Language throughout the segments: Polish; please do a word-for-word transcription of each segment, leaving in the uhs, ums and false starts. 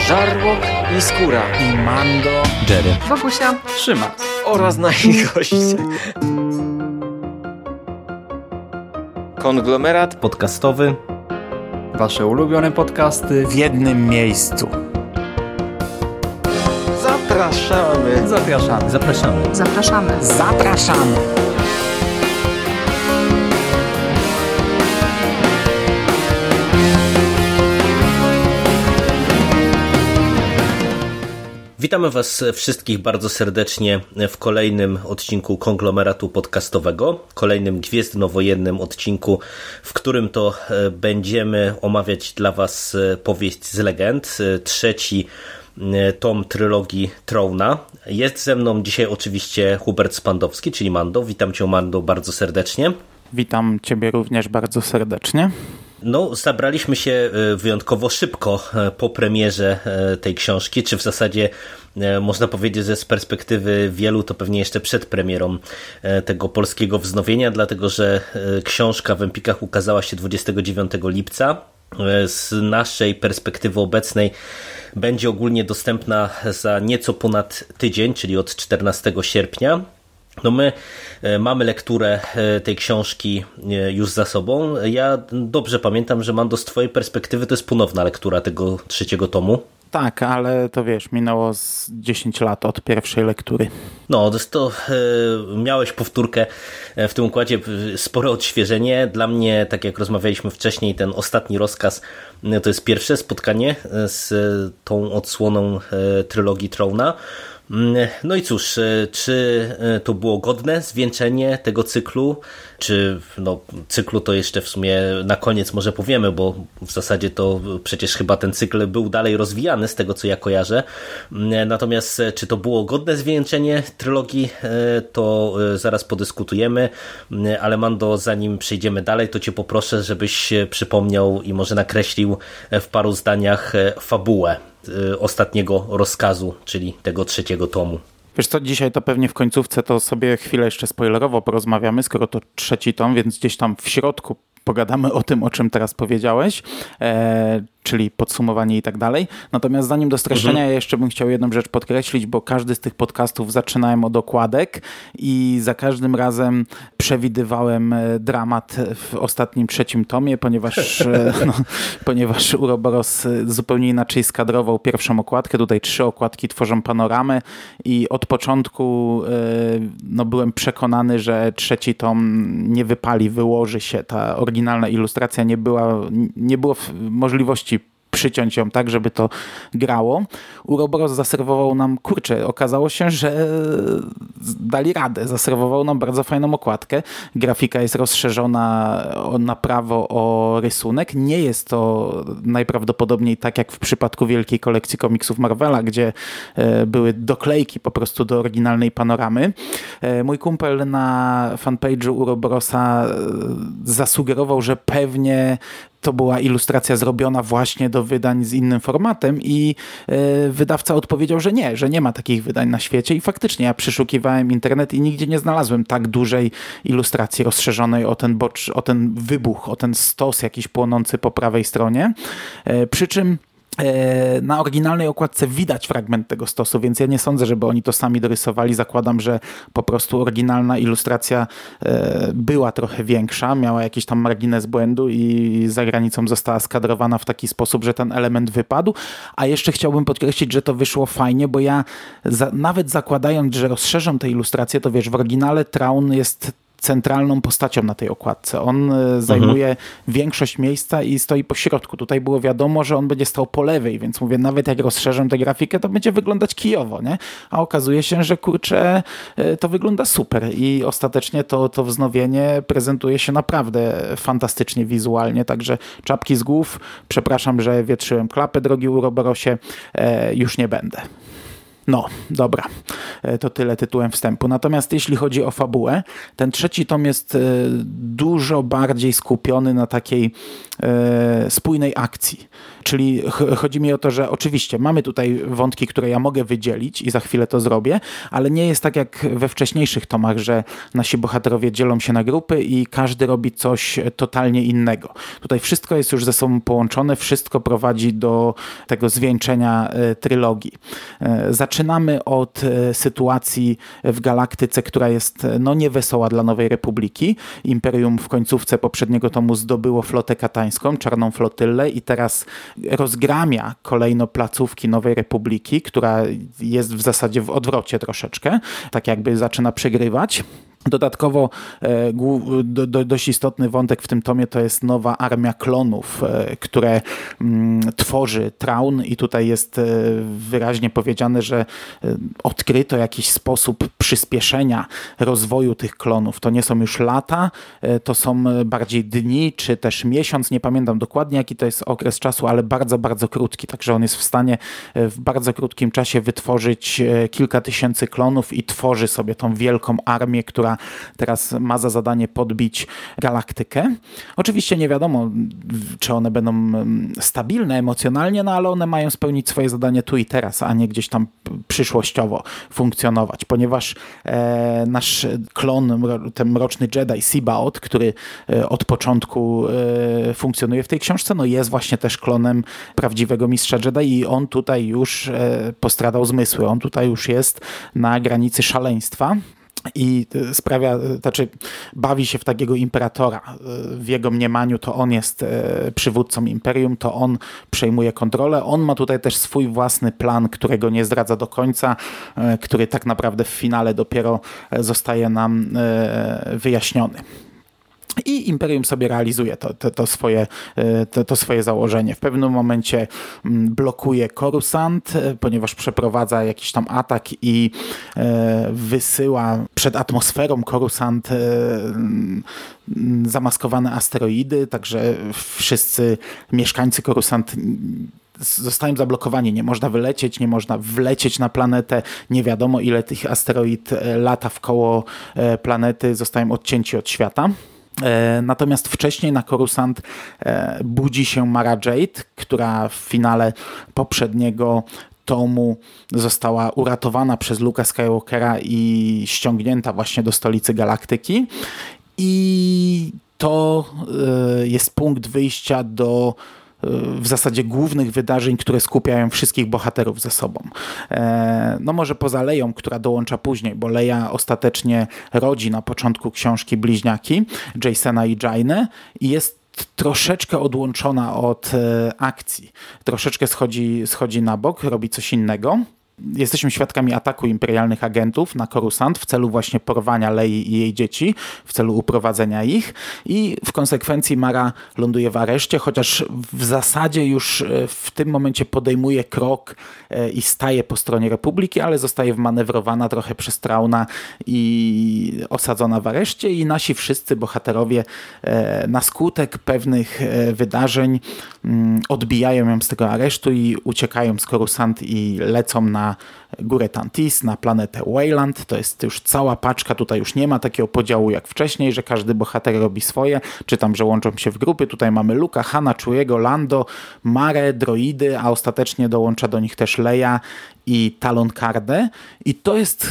Żarłok i Skóra i Mando, Jerry, Wokusia, Szymas oraz nasi goście. Konglomerat podcastowy. Wasze ulubione podcasty w jednym miejscu. Zapraszamy. Zapraszamy. Zapraszamy. zapraszamy. Zapraszamy. Witamy Was wszystkich bardzo serdecznie w kolejnym odcinku Konglomeratu Podcastowego, kolejnym gwiezdnowojennym odcinku, w którym to będziemy omawiać dla Was powieść z legend, trzeci tom trylogii Trona. Jest ze mną dzisiaj oczywiście Hubert Spandowski, czyli Mando. Witam Cię, Mando, bardzo serdecznie. Witam Ciebie również bardzo serdecznie. No, zabraliśmy się wyjątkowo szybko po premierze tej książki, czy w zasadzie można powiedzieć, że z perspektywy wielu to pewnie jeszcze przed premierą tego polskiego wznowienia, dlatego że książka w Empikach ukazała się dwudziestego dziewiątego lipca. Z naszej perspektywy obecnej będzie ogólnie dostępna za nieco ponad tydzień, czyli od czternastego sierpnia. No my mamy lekturę tej książki już za sobą. Ja dobrze pamiętam, że Mando, z twojej perspektywy to jest ponowna lektura tego trzeciego tomu. Tak, ale to wiesz, minęło z dziesięć lat od pierwszej lektury. No, to, to e, miałeś powtórkę w tym układzie, spore odświeżenie. Dla mnie, tak jak rozmawialiśmy wcześniej, ten ostatni rozkaz to jest pierwsze spotkanie z tą odsłoną e, trylogii Trona. No i cóż, czy to było godne zwieńczenie tego cyklu, czy no, cyklu to jeszcze w sumie na koniec może powiemy, bo w zasadzie to przecież chyba ten cykl był dalej rozwijany z tego, co ja kojarzę. Natomiast czy to było godne zwieńczenie trylogii, to zaraz podyskutujemy, ale Mando, zanim przejdziemy dalej, to Cię poproszę, żebyś przypomniał i może nakreślił w paru zdaniach fabułę ostatniego rozkazu, czyli tego trzeciego tomu. Wiesz co, dzisiaj to pewnie w końcówce to sobie chwilę jeszcze spoilerowo porozmawiamy, skoro to trzeci tom, więc gdzieś tam w środku pogadamy o tym, o czym teraz powiedziałeś, e, czyli podsumowanie i tak dalej. Natomiast zanim do streszczenia, mhm. ja jeszcze bym chciał jedną rzecz podkreślić, bo każdy z tych podcastów zaczynałem od okładek i za każdym razem przewidywałem dramat w ostatnim trzecim tomie, ponieważ, no, ponieważ Uroboros zupełnie inaczej skadrował pierwszą okładkę. Tutaj trzy okładki tworzą panoramę i od początku no, byłem przekonany, że trzeci tom nie wypali, wyłoży się. Ta oryginalna ilustracja nie była, nie było możliwości przyciąć ją tak, żeby to grało. Uroboros zaserwował nam, kurczę, okazało się, że dali radę. Zaserwował nam bardzo fajną okładkę. Grafika jest rozszerzona na prawo o rysunek. Nie jest to najprawdopodobniej tak jak w przypadku wielkiej kolekcji komiksów Marvela, gdzie były doklejki po prostu do oryginalnej panoramy. Mój kumpel na fanpage'u Uroborosa zasugerował, że pewnie to była ilustracja zrobiona właśnie do wydań z innym formatem i y, wydawca odpowiedział, że nie, że nie ma takich wydań na świecie i faktycznie ja przeszukiwałem internet i nigdzie nie znalazłem tak dużej ilustracji rozszerzonej o ten bocz, o ten wybuch, o ten stos jakiś płonący po prawej stronie. Y, przy czym na oryginalnej okładce widać fragment tego stosu, więc ja nie sądzę, żeby oni to sami dorysowali. Zakładam, że po prostu oryginalna ilustracja była trochę większa, miała jakiś tam margines błędu i za granicą została skadrowana w taki sposób, że ten element wypadł. A jeszcze chciałbym podkreślić, że to wyszło fajnie, bo ja za, nawet zakładając, że rozszerzą tę ilustrację, to wiesz, w oryginale Traun jest centralną postacią na tej okładce. On zajmuje mhm. większość miejsca i stoi po środku. Tutaj było wiadomo, że on będzie stał po lewej, więc mówię, nawet jak rozszerzę tę grafikę, to będzie wyglądać kijowo, nie? A okazuje się, że kurczę, to wygląda super i ostatecznie to, to wznowienie prezentuje się naprawdę fantastycznie wizualnie, także czapki z głów. Przepraszam, że wietrzyłem klapę, drogi Uroborosie, już nie będę. No, dobra. To tyle tytułem wstępu. Natomiast jeśli chodzi o fabułę, ten trzeci tom jest dużo bardziej skupiony na takiej e, spójnej akcji. Czyli ch- chodzi mi o to, że oczywiście mamy tutaj wątki, które ja mogę wydzielić i za chwilę to zrobię, ale nie jest tak jak we wcześniejszych tomach, że nasi bohaterowie dzielą się na grupy i każdy robi coś totalnie innego. Tutaj wszystko jest już ze sobą połączone, wszystko prowadzi do tego zwieńczenia e, trylogii. E, zaczynamy od e, sytuacji w galaktyce, która jest no niewesoła dla Nowej Republiki. Imperium w końcówce poprzedniego tomu zdobyło flotę katańską, Czarną Flotyllę i teraz rozgramia kolejno placówki Nowej Republiki, która jest w zasadzie w odwrocie troszeczkę, tak jakby zaczyna przegrywać. Dodatkowo e, do, do, dość istotny wątek w tym tomie to jest nowa armia klonów, e, które m, tworzy Traun i tutaj jest e, wyraźnie powiedziane, że e, odkryto jakiś sposób przyspieszenia rozwoju tych klonów. To nie są już lata, e, to są bardziej dni, czy też miesiąc, nie pamiętam dokładnie jaki to jest okres czasu, ale bardzo, bardzo krótki, także on jest w stanie w bardzo krótkim czasie wytworzyć e, kilka tysięcy klonów i tworzy sobie tą wielką armię, która teraz ma za zadanie podbić galaktykę. Oczywiście nie wiadomo, czy one będą stabilne emocjonalnie, no ale one mają spełnić swoje zadanie tu i teraz, a nie gdzieś tam przyszłościowo funkcjonować, ponieważ e, nasz klon, ten mroczny Jedi Seabaot, który e, od początku e, funkcjonuje w tej książce, no jest właśnie też klonem prawdziwego mistrza Jedi i on tutaj już e, postradał zmysły. On tutaj już jest na granicy szaleństwa. I sprawia, znaczy bawi się w takiego imperatora. W jego mniemaniu to on jest przywódcą imperium, to on przejmuje kontrolę. On ma tutaj też swój własny plan, którego nie zdradza do końca, który tak naprawdę w finale dopiero zostaje nam wyjaśniony. I Imperium sobie realizuje to, to, to, swoje, to, to swoje założenie. W pewnym momencie blokuje Coruscant, ponieważ przeprowadza jakiś tam atak i wysyła przed atmosferą Coruscant zamaskowane asteroidy, także wszyscy mieszkańcy Coruscant zostają zablokowani, nie można wylecieć, nie można wlecieć na planetę, nie wiadomo ile tych asteroid lata wkoło planety, zostają odcięci od świata. Natomiast wcześniej na Coruscant budzi się Mara Jade, która w finale poprzedniego tomu została uratowana przez Luke'a Skywalkera i ściągnięta właśnie do stolicy galaktyki. I to jest punkt wyjścia do w zasadzie głównych wydarzeń, które skupiają wszystkich bohaterów ze sobą. No może poza Leją, która dołącza później, bo Leia ostatecznie rodzi na początku książki bliźniaki, Jacena i Jainę i jest troszeczkę odłączona od akcji. Troszeczkę schodzi, schodzi na bok, robi coś innego. Jesteśmy świadkami ataku imperialnych agentów na Coruscant w celu właśnie porwania Lei i jej dzieci, w celu uprowadzenia ich i w konsekwencji Mara ląduje w areszcie, chociaż w zasadzie już w tym momencie podejmuje krok i staje po stronie Republiki, ale zostaje wmanewrowana trochę przez Trauna i osadzona w areszcie i nasi wszyscy bohaterowie na skutek pewnych wydarzeń odbijają ją z tego aresztu i uciekają z Coruscant i lecą na górę Tantis, na planetę Wayland. To jest już cała paczka, tutaj już nie ma takiego podziału jak wcześniej, że każdy bohater robi swoje, czy tam, że łączą się w grupy. Tutaj mamy Luka, Hana, Chewie'ego, Lando, Marę, droidy, a ostatecznie dołącza do nich też Leia i Talon Karrde. I to jest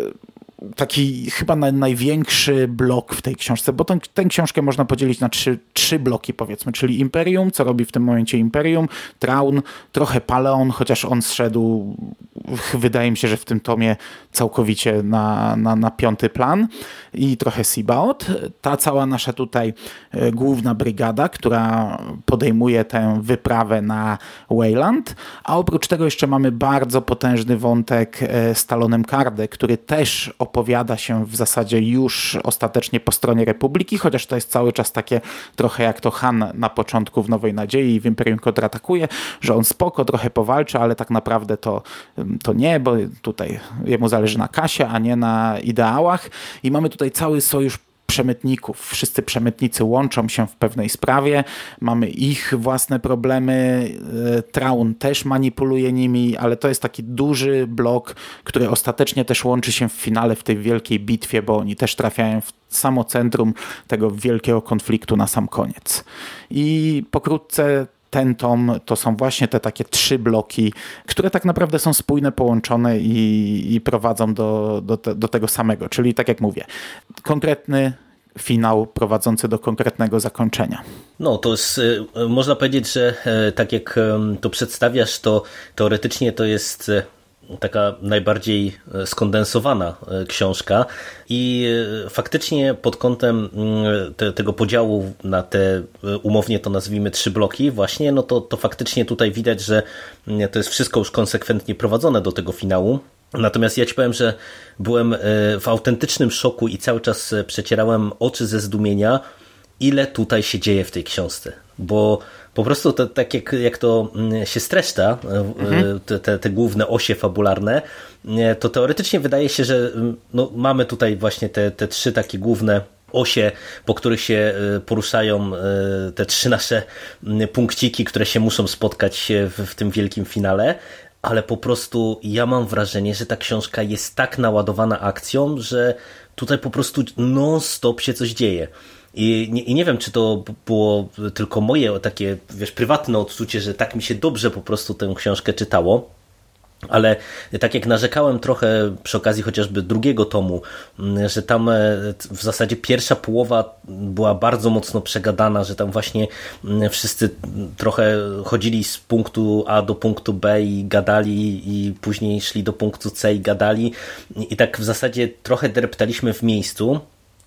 taki chyba na, największy blok w tej książce, bo ten, tę książkę można podzielić na trzy, trzy bloki powiedzmy, czyli Imperium, co robi w tym momencie Imperium, Traun, trochę Paleon, chociaż on zszedł, wydaje mi się, że w tym tomie całkowicie na, na, na piąty plan i trochę Seabaot. Ta cała nasza tutaj e, główna brygada, która podejmuje tę wyprawę na Wayland, a oprócz tego jeszcze mamy bardzo potężny wątek e, z Talonem Karrde, który też opowiada się w zasadzie już ostatecznie po stronie Republiki, chociaż to jest cały czas takie trochę jak to Han na początku w Nowej Nadziei i w Imperium kontratakuje, że on spoko, trochę powalczy, ale tak naprawdę to, to nie, bo tutaj jemu zależy na kasie, a nie na ideałach i mamy tutaj cały sojusz przemytników. Wszyscy przemytnicy łączą się w pewnej sprawie, mamy ich własne problemy, Traun też manipuluje nimi, ale to jest taki duży blok, który ostatecznie też łączy się w finale w tej wielkiej bitwie, bo oni też trafiają w samo centrum tego wielkiego konfliktu na sam koniec. I pokrótce ten tom to są właśnie te takie trzy bloki, które tak naprawdę są spójne, połączone i, i prowadzą do, do, te, do tego samego. Czyli tak jak mówię, konkretny finał prowadzący do konkretnego zakończenia. No to jest, można powiedzieć, że tak jak to przedstawiasz, to teoretycznie to jest taka najbardziej skondensowana książka i faktycznie pod kątem te, tego podziału na te, umownie to nazwijmy, trzy bloki właśnie, no to, to faktycznie tutaj widać, że to jest wszystko już konsekwentnie prowadzone do tego finału. Natomiast ja ci powiem, że byłem w autentycznym szoku i cały czas przecierałem oczy ze zdumienia, ile tutaj się dzieje w tej książce, bo po prostu to, tak jak, jak to się streszcza, mhm. te, te, te główne osie fabularne, to teoretycznie wydaje się, że no, mamy tutaj właśnie te, te trzy takie główne osie, po których się poruszają te trzy nasze punkciki, które się muszą spotkać w, w tym wielkim finale, ale po prostu ja mam wrażenie, że ta książka jest tak naładowana akcją, że tutaj po prostu non-stop się coś dzieje. I nie, I nie wiem, czy to było tylko moje takie, wiesz, prywatne odczucie, że tak mi się dobrze po prostu tę książkę czytało, ale tak jak narzekałem trochę przy okazji chociażby drugiego tomu, że tam w zasadzie pierwsza połowa była bardzo mocno przegadana, że tam właśnie wszyscy trochę chodzili z punktu A do punktu B i gadali i później szli do punktu C i gadali i tak w zasadzie trochę dreptaliśmy w miejscu.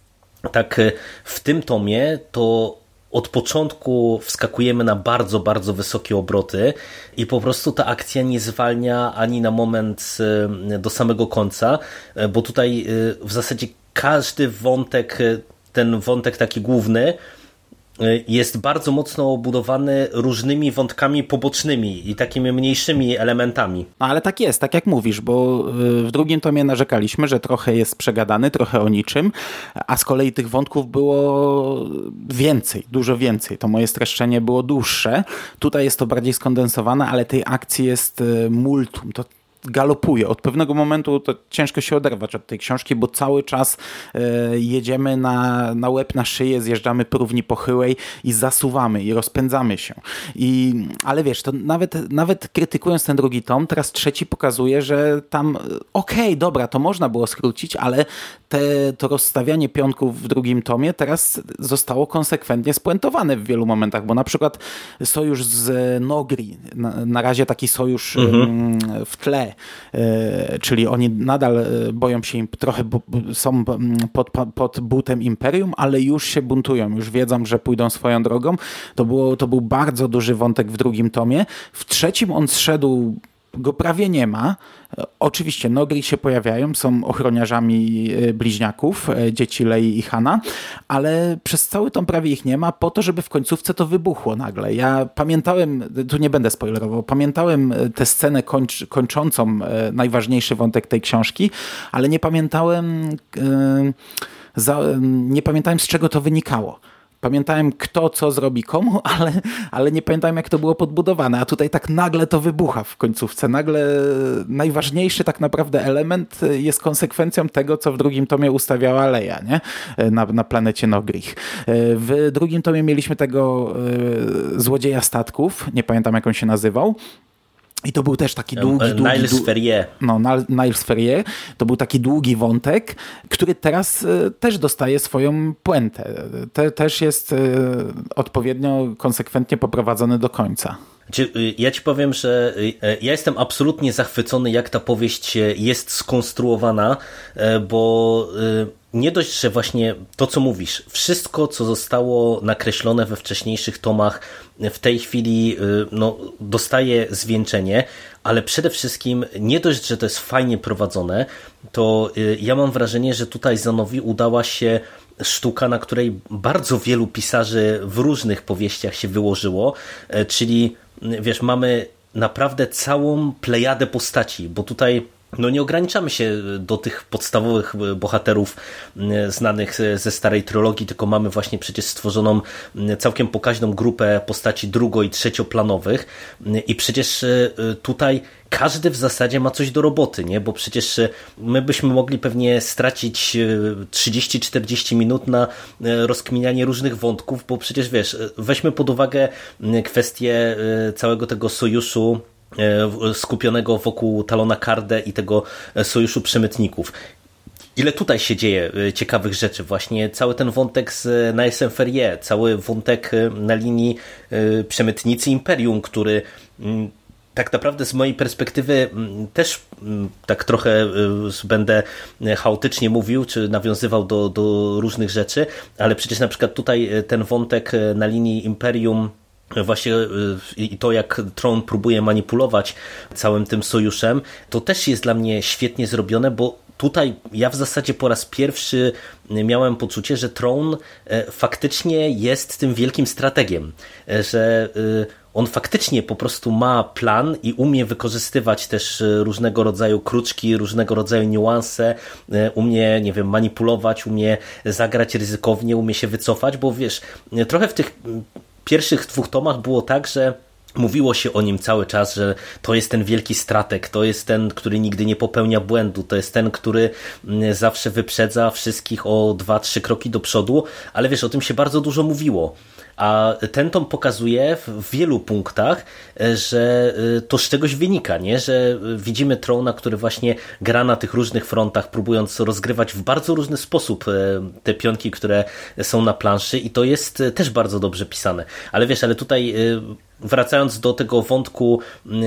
Tak w tym tomie to od początku wskakujemy na bardzo, bardzo wysokie obroty i po prostu ta akcja nie zwalnia ani na moment do samego końca, bo tutaj w zasadzie każdy wątek, ten wątek taki główny, jest bardzo mocno obudowany różnymi wątkami pobocznymi i takimi mniejszymi elementami. No ale tak jest, tak jak mówisz, bo w drugim tomie narzekaliśmy, że trochę jest przegadany, trochę o niczym, a z kolei tych wątków było więcej, dużo więcej. To moje streszczenie było dłuższe. Tutaj jest to bardziej skondensowane, ale tej akcji jest multum. To galopuje. Od pewnego momentu to ciężko się oderwać od tej książki, bo cały czas e, jedziemy na, na łeb, na szyję, zjeżdżamy po równi pochyłej i zasuwamy i rozpędzamy się. I, ale wiesz, to nawet, nawet krytykując ten drugi tom, teraz trzeci pokazuje, że tam okej, okay, dobra, to można było skrócić, ale te, to rozstawianie pionków w drugim tomie teraz zostało konsekwentnie spuentowane w wielu momentach, bo na przykład sojusz z Nogri, na, na razie taki sojusz mhm. w tle, czyli oni nadal boją się im trochę, bo są pod, pod butem Imperium, ale już się buntują, już wiedzą, że pójdą swoją drogą. To, było, to był bardzo duży wątek w drugim tomie. W trzecim on zszedł, go prawie nie ma. Oczywiście Nogri się pojawiają, są ochroniarzami bliźniaków, dzieci Lei i Hana, ale przez cały tom prawie ich nie ma, po to, żeby w końcówce to wybuchło nagle. Ja pamiętałem, tu nie będę spoilerował, pamiętałem tę scenę kończ, kończącą najważniejszy wątek tej książki, ale nie pamiętałem, za, nie pamiętałem z czego to wynikało. Pamiętałem, kto co zrobi komu, ale, ale nie pamiętałem, jak to było podbudowane. A tutaj tak nagle to wybucha w końcówce. Nagle najważniejszy tak naprawdę element jest konsekwencją tego, co w drugim tomie ustawiała Leia, nie? Na, na planecie Nogrich. W drugim tomie mieliśmy tego y, złodzieja statków. Nie pamiętam, jak on się nazywał. I to był też taki długi, długi... Niles Ferrier. No, Niles Ferrier. To był taki długi wątek, który teraz y, też dostaje swoją puentę. Te, też jest y, odpowiednio, konsekwentnie poprowadzony do końca. Ja ci powiem, że ja jestem absolutnie zachwycony, jak ta powieść jest skonstruowana, bo nie dość, że właśnie to, co mówisz, wszystko, co zostało nakreślone we wcześniejszych tomach, w tej chwili no, dostaje zwieńczenie, ale przede wszystkim nie dość, że to jest fajnie prowadzone, to ja mam wrażenie, że tutaj Zanowi udała się sztuka, na której bardzo wielu pisarzy w różnych powieściach się wyłożyło, czyli wiesz, mamy naprawdę całą plejadę postaci, bo tutaj no nie ograniczamy się do tych podstawowych bohaterów znanych ze starej trylogii, tylko mamy właśnie przecież stworzoną całkiem pokaźną grupę postaci drugo- i trzecioplanowych i przecież tutaj każdy w zasadzie ma coś do roboty, nie? Bo przecież my byśmy mogli pewnie stracić trzydzieści czterdzieści minut na rozkminianie różnych wątków, bo przecież wiesz, weźmy pod uwagę kwestię całego tego sojuszu skupionego wokół Talona Karrde i tego sojuszu przemytników. Ile tutaj się dzieje ciekawych rzeczy, właśnie cały ten wątek z Naesem Ferrier, cały wątek na linii przemytnicy Imperium, który tak naprawdę z mojej perspektywy też tak trochę będę chaotycznie mówił, czy nawiązywał do, do różnych rzeczy, ale przecież na przykład tutaj ten wątek na linii Imperium, właśnie i to, jak Thrawn próbuje manipulować całym tym sojuszem, to też jest dla mnie świetnie zrobione, bo tutaj ja w zasadzie po raz pierwszy miałem poczucie, że Thrawn faktycznie jest tym wielkim strategiem, że on faktycznie po prostu ma plan i umie wykorzystywać też różnego rodzaju kruczki, różnego rodzaju niuanse, umie, nie wiem, manipulować, umie zagrać ryzykownie, umie się wycofać, bo wiesz, trochę w tych pierwszych dwóch tomach było tak, że mówiło się o nim cały czas, że to jest ten wielki strateg, to jest ten, który nigdy nie popełnia błędu, to jest ten, który zawsze wyprzedza wszystkich o dwa, trzy kroki do przodu, ale wiesz, o tym się bardzo dużo mówiło. A ten tom pokazuje w wielu punktach, że to z czegoś wynika, nie? Że widzimy Throna, który właśnie gra na tych różnych frontach, próbując rozgrywać w bardzo różny sposób te pionki, które są na planszy i to jest też bardzo dobrze pisane. Ale wiesz, ale tutaj wracając do tego wątku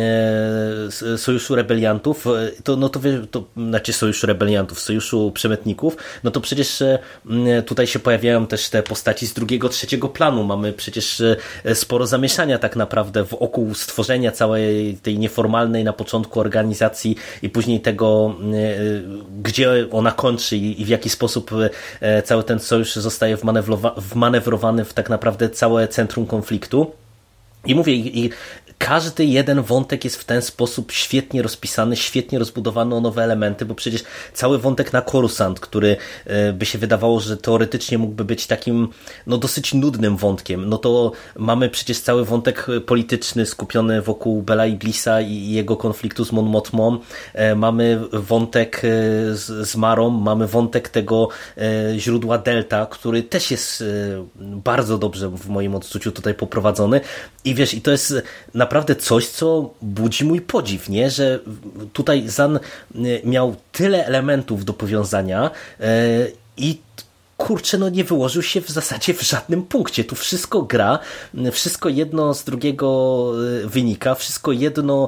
e, Sojuszu Rebeliantów, to, no to, to znaczy Sojuszu Rebeliantów, Sojuszu Przemytników, no to przecież e, tutaj się pojawiają też te postaci z drugiego, trzeciego planu. Mamy przecież e, sporo zamieszania tak naprawdę wokół stworzenia całej tej nieformalnej na początku organizacji i później tego, e, gdzie ona kończy i, i w jaki sposób e, cały ten sojusz zostaje wmanewrowa- wmanewrowany w tak naprawdę całe centrum konfliktu. I mówię, i każdy jeden wątek jest w ten sposób świetnie rozpisany, świetnie rozbudowany o nowe elementy, bo przecież cały wątek na Coruscant, który by się wydawało, że teoretycznie mógłby być takim no dosyć nudnym wątkiem, no to mamy przecież cały wątek polityczny skupiony wokół Bela Iglisa i jego konfliktu z Mon Mothmą, mamy wątek z, z Marą, mamy wątek tego źródła Delta, który też jest bardzo dobrze w moim odczuciu tutaj poprowadzony. I wiesz, i to jest naprawdę coś, co budzi mój podziw, nie? Że tutaj Zahn miał tyle elementów do powiązania i kurczę, no nie wyłożył się w zasadzie w żadnym punkcie. Tu wszystko gra, wszystko jedno z drugiego wynika, wszystko jedno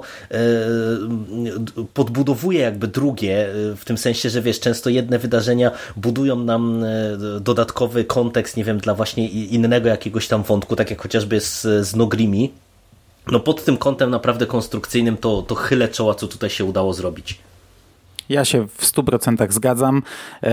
podbudowuje jakby drugie, w tym sensie, że wiesz, często jedne wydarzenia budują nam dodatkowy kontekst, nie wiem, dla właśnie innego jakiegoś tam wątku, tak jak chociażby z, z Nogrimi. No pod tym kątem naprawdę konstrukcyjnym to, to chylę czoła, co tutaj się udało zrobić. Ja się w stu procentach zgadzam.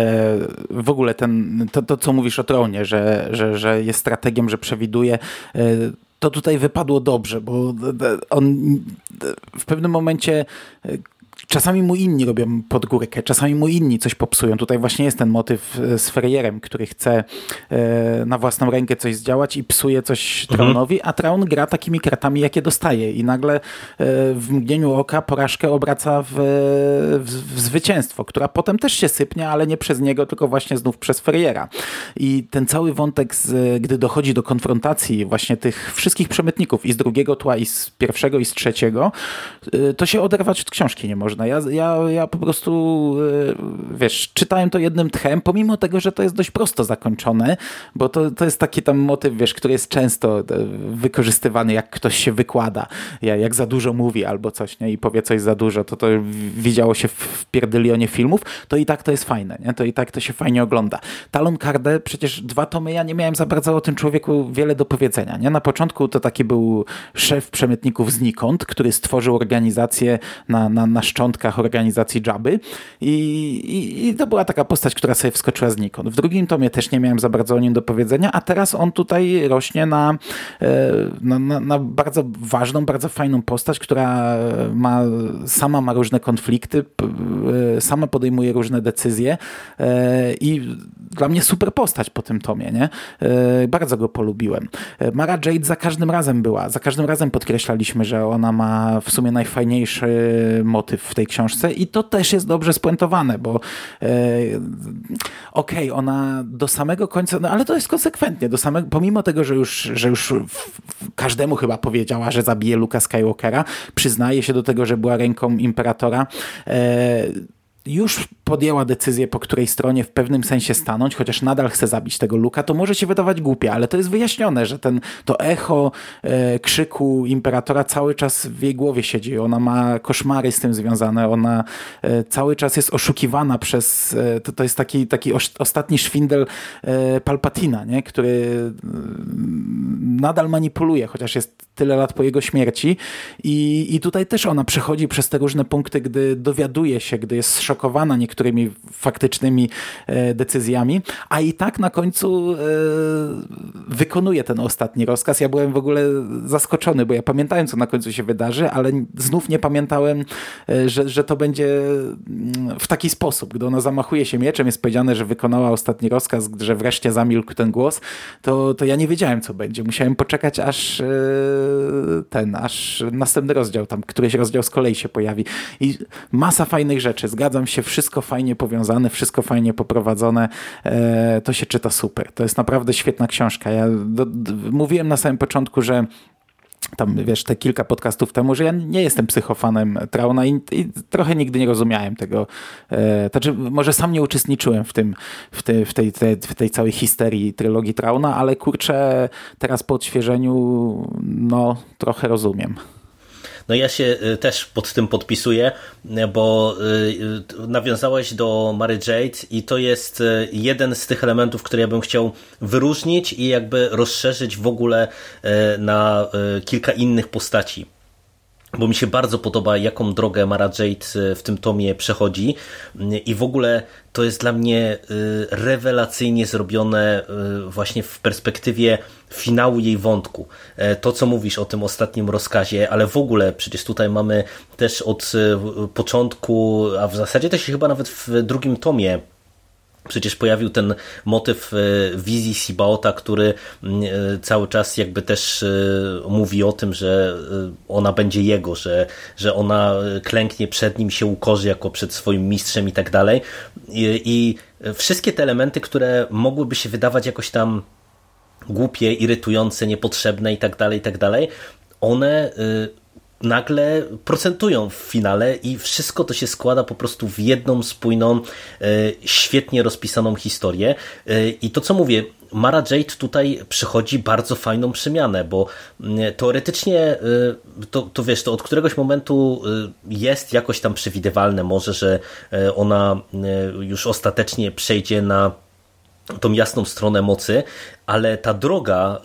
W ogóle ten, to, to, co mówisz o Thronie, że, że, że jest strategiem, że przewiduje, to tutaj wypadło dobrze, bo on w pewnym momencie czasami mu inni robią podgórkę, czasami mu inni coś popsują. Tutaj właśnie jest ten motyw z Ferrierem, który chce na własną rękę coś zdziałać i psuje coś Thronowi, mhm. a Thrawn gra takimi kratami, jakie dostaje i nagle w mgnieniu oka porażkę obraca w, w, w zwycięstwo, która potem też się sypnie, ale nie przez niego, tylko właśnie znów przez Ferriera. I ten cały wątek, z, gdy dochodzi do konfrontacji właśnie tych wszystkich przemytników i z drugiego tła, i z pierwszego, i z trzeciego, to się oderwać od książki nie można. Ja, ja, ja po prostu, wiesz, czytałem to jednym tchem, pomimo tego, że to jest dość prosto zakończone, bo to, to jest taki tam motyw, wiesz, który jest często wykorzystywany, jak ktoś się wykłada, jak za dużo mówi albo coś, nie? I powie coś za dużo, to to widziało się w pierdylionie filmów, to i tak to jest fajne, nie? To i tak to się fajnie ogląda. Talon Karrde, przecież dwa tomy, ja nie miałem za bardzo o tym człowieku wiele do powiedzenia, nie? Na początku to taki był szef przemytników znikąd, który stworzył organizację na, na, na szczątkach organizacji Jabby i, i, i to była taka postać, która sobie wskoczyła znikąd. W drugim tomie też nie miałem za bardzo o nim do powiedzenia, a teraz on tutaj rośnie na, na, na, na bardzo ważną, bardzo fajną postać, która ma, sama ma różne konflikty, sama podejmuje różne decyzje i dla mnie super postać po tym tomie, nie? Bardzo go polubiłem. Mara Jade za każdym razem była, za każdym razem podkreślaliśmy, że ona ma w sumie najfajniejszy motyw w tej książce i to też jest dobrze spuentowane, bo e, okej, okay, ona do samego końca, no ale to jest konsekwentnie, do samego, pomimo tego, że już, że już w, w, każdemu chyba powiedziała, że zabije Luka Skywalkera, przyznaje się do tego, że była ręką Imperatora, e, już podjęła decyzję, po której stronie w pewnym sensie stanąć, chociaż nadal chce zabić tego Luka, to może się wydawać głupie, ale to jest wyjaśnione, że ten, to echo e, krzyku Imperatora cały czas w jej głowie siedzi. Ona ma koszmary z tym związane, ona e, cały czas jest oszukiwana przez, e, to, to jest taki, taki os, ostatni szwindel e, Palpatina, nie? Który e, nadal manipuluje, chociaż jest tyle lat po jego śmierci i, i tutaj też ona przechodzi przez te różne punkty, gdy dowiaduje się, gdy jest zszokowana niektórymi faktycznymi e, decyzjami, a i tak na końcu e, wykonuje ten ostatni rozkaz. Ja byłem w ogóle zaskoczony, bo ja pamiętałem, co na końcu się wydarzy, ale znów nie pamiętałem, e, że, że to będzie w taki sposób. Gdy ona zamachuje się mieczem, jest powiedziane, że wykonała ostatni rozkaz, że wreszcie zamilkł ten głos, to, to ja nie wiedziałem, co będzie. Musiałem poczekać, aż e, ten, aż następny rozdział, tam któryś rozdział z kolei się pojawi. I masa fajnych rzeczy. Zgadzam się, wszystko fajnie powiązane, wszystko fajnie poprowadzone. E, to się czyta super. To jest naprawdę świetna książka. Ja do, do, mówiłem na samym początku, że tam, wiesz, te kilka podcastów temu, że ja nie jestem psychofanem Trauna i, i trochę nigdy nie rozumiałem tego. E, znaczy, może sam nie uczestniczyłem w tym, w, te, w, tej, te, w tej całej histerii trylogii Trauna, ale kurczę, teraz po odświeżeniu, no, trochę rozumiem. No ja się też pod tym podpisuję, bo nawiązałeś do Mary Jade i to jest jeden z tych elementów, które ja bym chciał wyróżnić i jakby rozszerzyć w ogóle na kilka innych postaci. Bo mi się bardzo podoba, jaką drogę Mara Jade w tym tomie przechodzi i w ogóle to jest dla mnie rewelacyjnie zrobione właśnie w perspektywie finału jej wątku. To, co mówisz o tym ostatnim rozkazie, ale w ogóle przecież tutaj mamy też od początku, a w zasadzie to się chyba nawet w drugim tomie przecież pojawił ten motyw wizji Sibaota, który cały czas jakby też mówi o tym, że ona będzie jego, że, że ona klęknie przed nim, się ukorzy jako przed swoim mistrzem i tak dalej. I wszystkie te elementy, które mogłyby się wydawać jakoś tam głupie, irytujące, niepotrzebne i tak dalej, i tak dalej, one nagle procentują w finale i wszystko to się składa po prostu w jedną spójną, świetnie rozpisaną historię. I to, co mówię, Mara Jade tutaj przychodzi bardzo fajną przemianę, bo teoretycznie to, to wiesz, to od któregoś momentu jest jakoś tam przewidywalne może, że ona już ostatecznie przejdzie na tą jasną stronę mocy, ale ta droga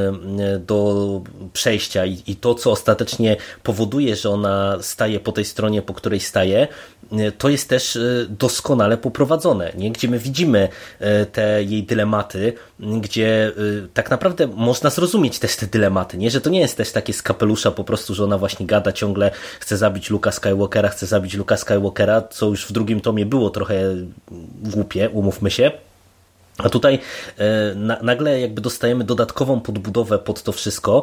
do przejścia i to, co ostatecznie powoduje, że ona staje po tej stronie, po której staje, to jest też doskonale poprowadzone, nie? Gdzie my widzimy te jej dylematy, gdzie tak naprawdę można zrozumieć też te dylematy, nie? Że to nie jest też takie z kapelusza po prostu, że ona właśnie gada ciągle, chce zabić Luka Skywalkera, chce zabić Luka Skywalkera, co już w drugim tomie było trochę głupie, umówmy się. A tutaj na, nagle jakby dostajemy dodatkową podbudowę pod to wszystko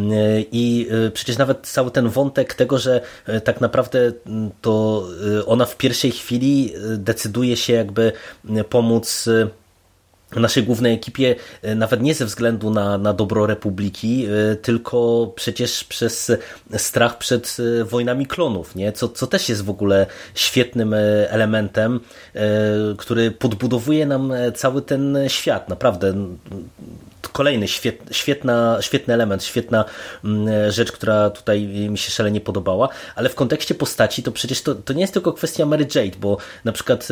i przecież nawet cały ten wątek tego, że tak naprawdę to ona w pierwszej chwili decyduje się jakby pomóc naszej głównej ekipie nawet nie ze względu na, na dobro Republiki, tylko przecież przez strach przed wojnami klonów, nie? Co, co też jest w ogóle świetnym elementem, który podbudowuje nam cały ten świat. Naprawdę kolejny świet, świetna, świetny element, świetna rzecz, która tutaj mi się szalenie podobała, ale w kontekście postaci to przecież to, to nie jest tylko kwestia Mary Jade, bo na przykład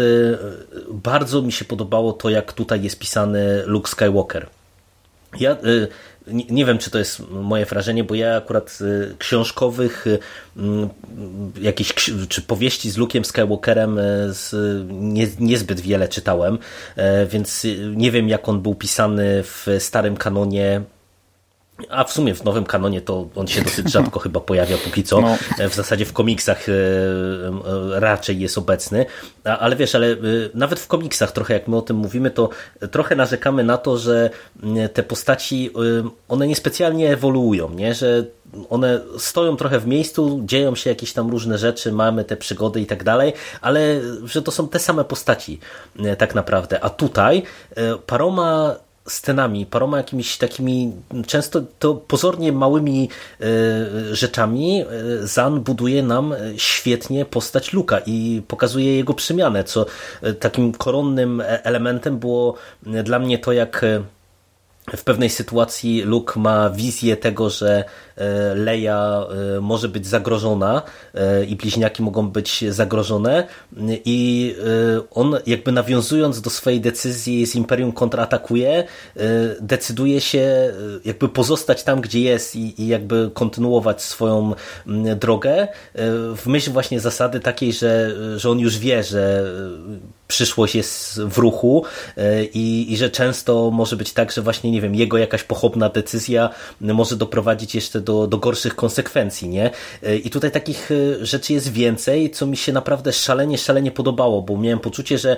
bardzo mi się podobało to, jak tutaj jest pisany Luke Skywalker. Ja nie, nie wiem, czy to jest moje wrażenie, bo ja akurat książkowych jakichś czy powieści z Luke'em Skywalkerem z, nie, niezbyt wiele czytałem, więc nie wiem, jak on był pisany w starym kanonie. A w sumie w nowym kanonie to on się dosyć rzadko chyba pojawia póki co. No. W zasadzie w komiksach raczej jest obecny. Ale wiesz, ale nawet w komiksach trochę jak my o tym mówimy, to trochę narzekamy na to, że te postaci, one niespecjalnie ewoluują, nie? Że one stoją trochę w miejscu, dzieją się jakieś tam różne rzeczy, mamy te przygody i tak dalej, ale że to są te same postaci tak naprawdę. A tutaj paroma scenami, paroma jakimiś takimi często to pozornie małymi y, rzeczami y, Zahn buduje nam świetnie postać Luke'a i pokazuje jego przemianę, co y, takim koronnym elementem było y, dla mnie to, jak y, w pewnej sytuacji Luke ma wizję tego, że Leia może być zagrożona i bliźniaki mogą być zagrożone i on jakby nawiązując do swojej decyzji z Imperium kontratakuje, decyduje się jakby pozostać tam, gdzie jest i, i jakby kontynuować swoją drogę w myśl właśnie zasady takiej, że, że on już wie, że przyszłość jest w ruchu i, i że często może być tak, że właśnie, nie wiem, jego jakaś pochopna decyzja może doprowadzić jeszcze do, do gorszych konsekwencji, nie? I tutaj takich rzeczy jest więcej, co mi się naprawdę szalenie, szalenie podobało, bo miałem poczucie, że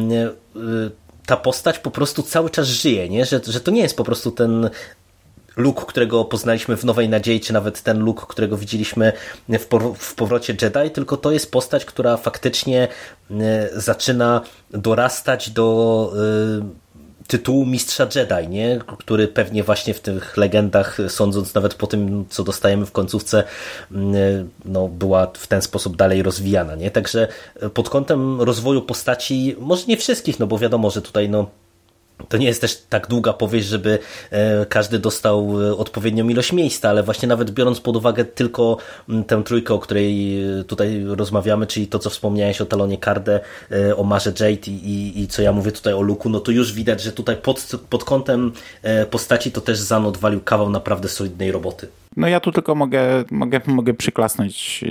ta postać po prostu cały czas żyje, nie? Że, że to nie jest po prostu ten Luke, którego poznaliśmy w Nowej Nadziei, czy nawet ten Luke, którego widzieliśmy w, pow- w Powrocie Jedi, tylko to jest postać, która faktycznie y, zaczyna dorastać do y, tytułu Mistrza Jedi, nie? Który pewnie właśnie w tych legendach, sądząc nawet po tym, co dostajemy w końcówce, y, no, była w ten sposób dalej rozwijana, nie? Także pod kątem rozwoju postaci, może nie wszystkich, no bo wiadomo, że tutaj no to nie jest też tak długa powieść, żeby każdy dostał odpowiednią ilość miejsca, ale właśnie nawet biorąc pod uwagę tylko tę trójkę, o której tutaj rozmawiamy, czyli to, co wspomniałeś o Talonie Kardę, o Marze Jade i, i, i co ja mówię tutaj o Luke'u, no to już widać, że tutaj pod, pod kątem postaci to też Zahn odwalił kawał naprawdę solidnej roboty. No ja tu tylko mogę, mogę, mogę przyklasnąć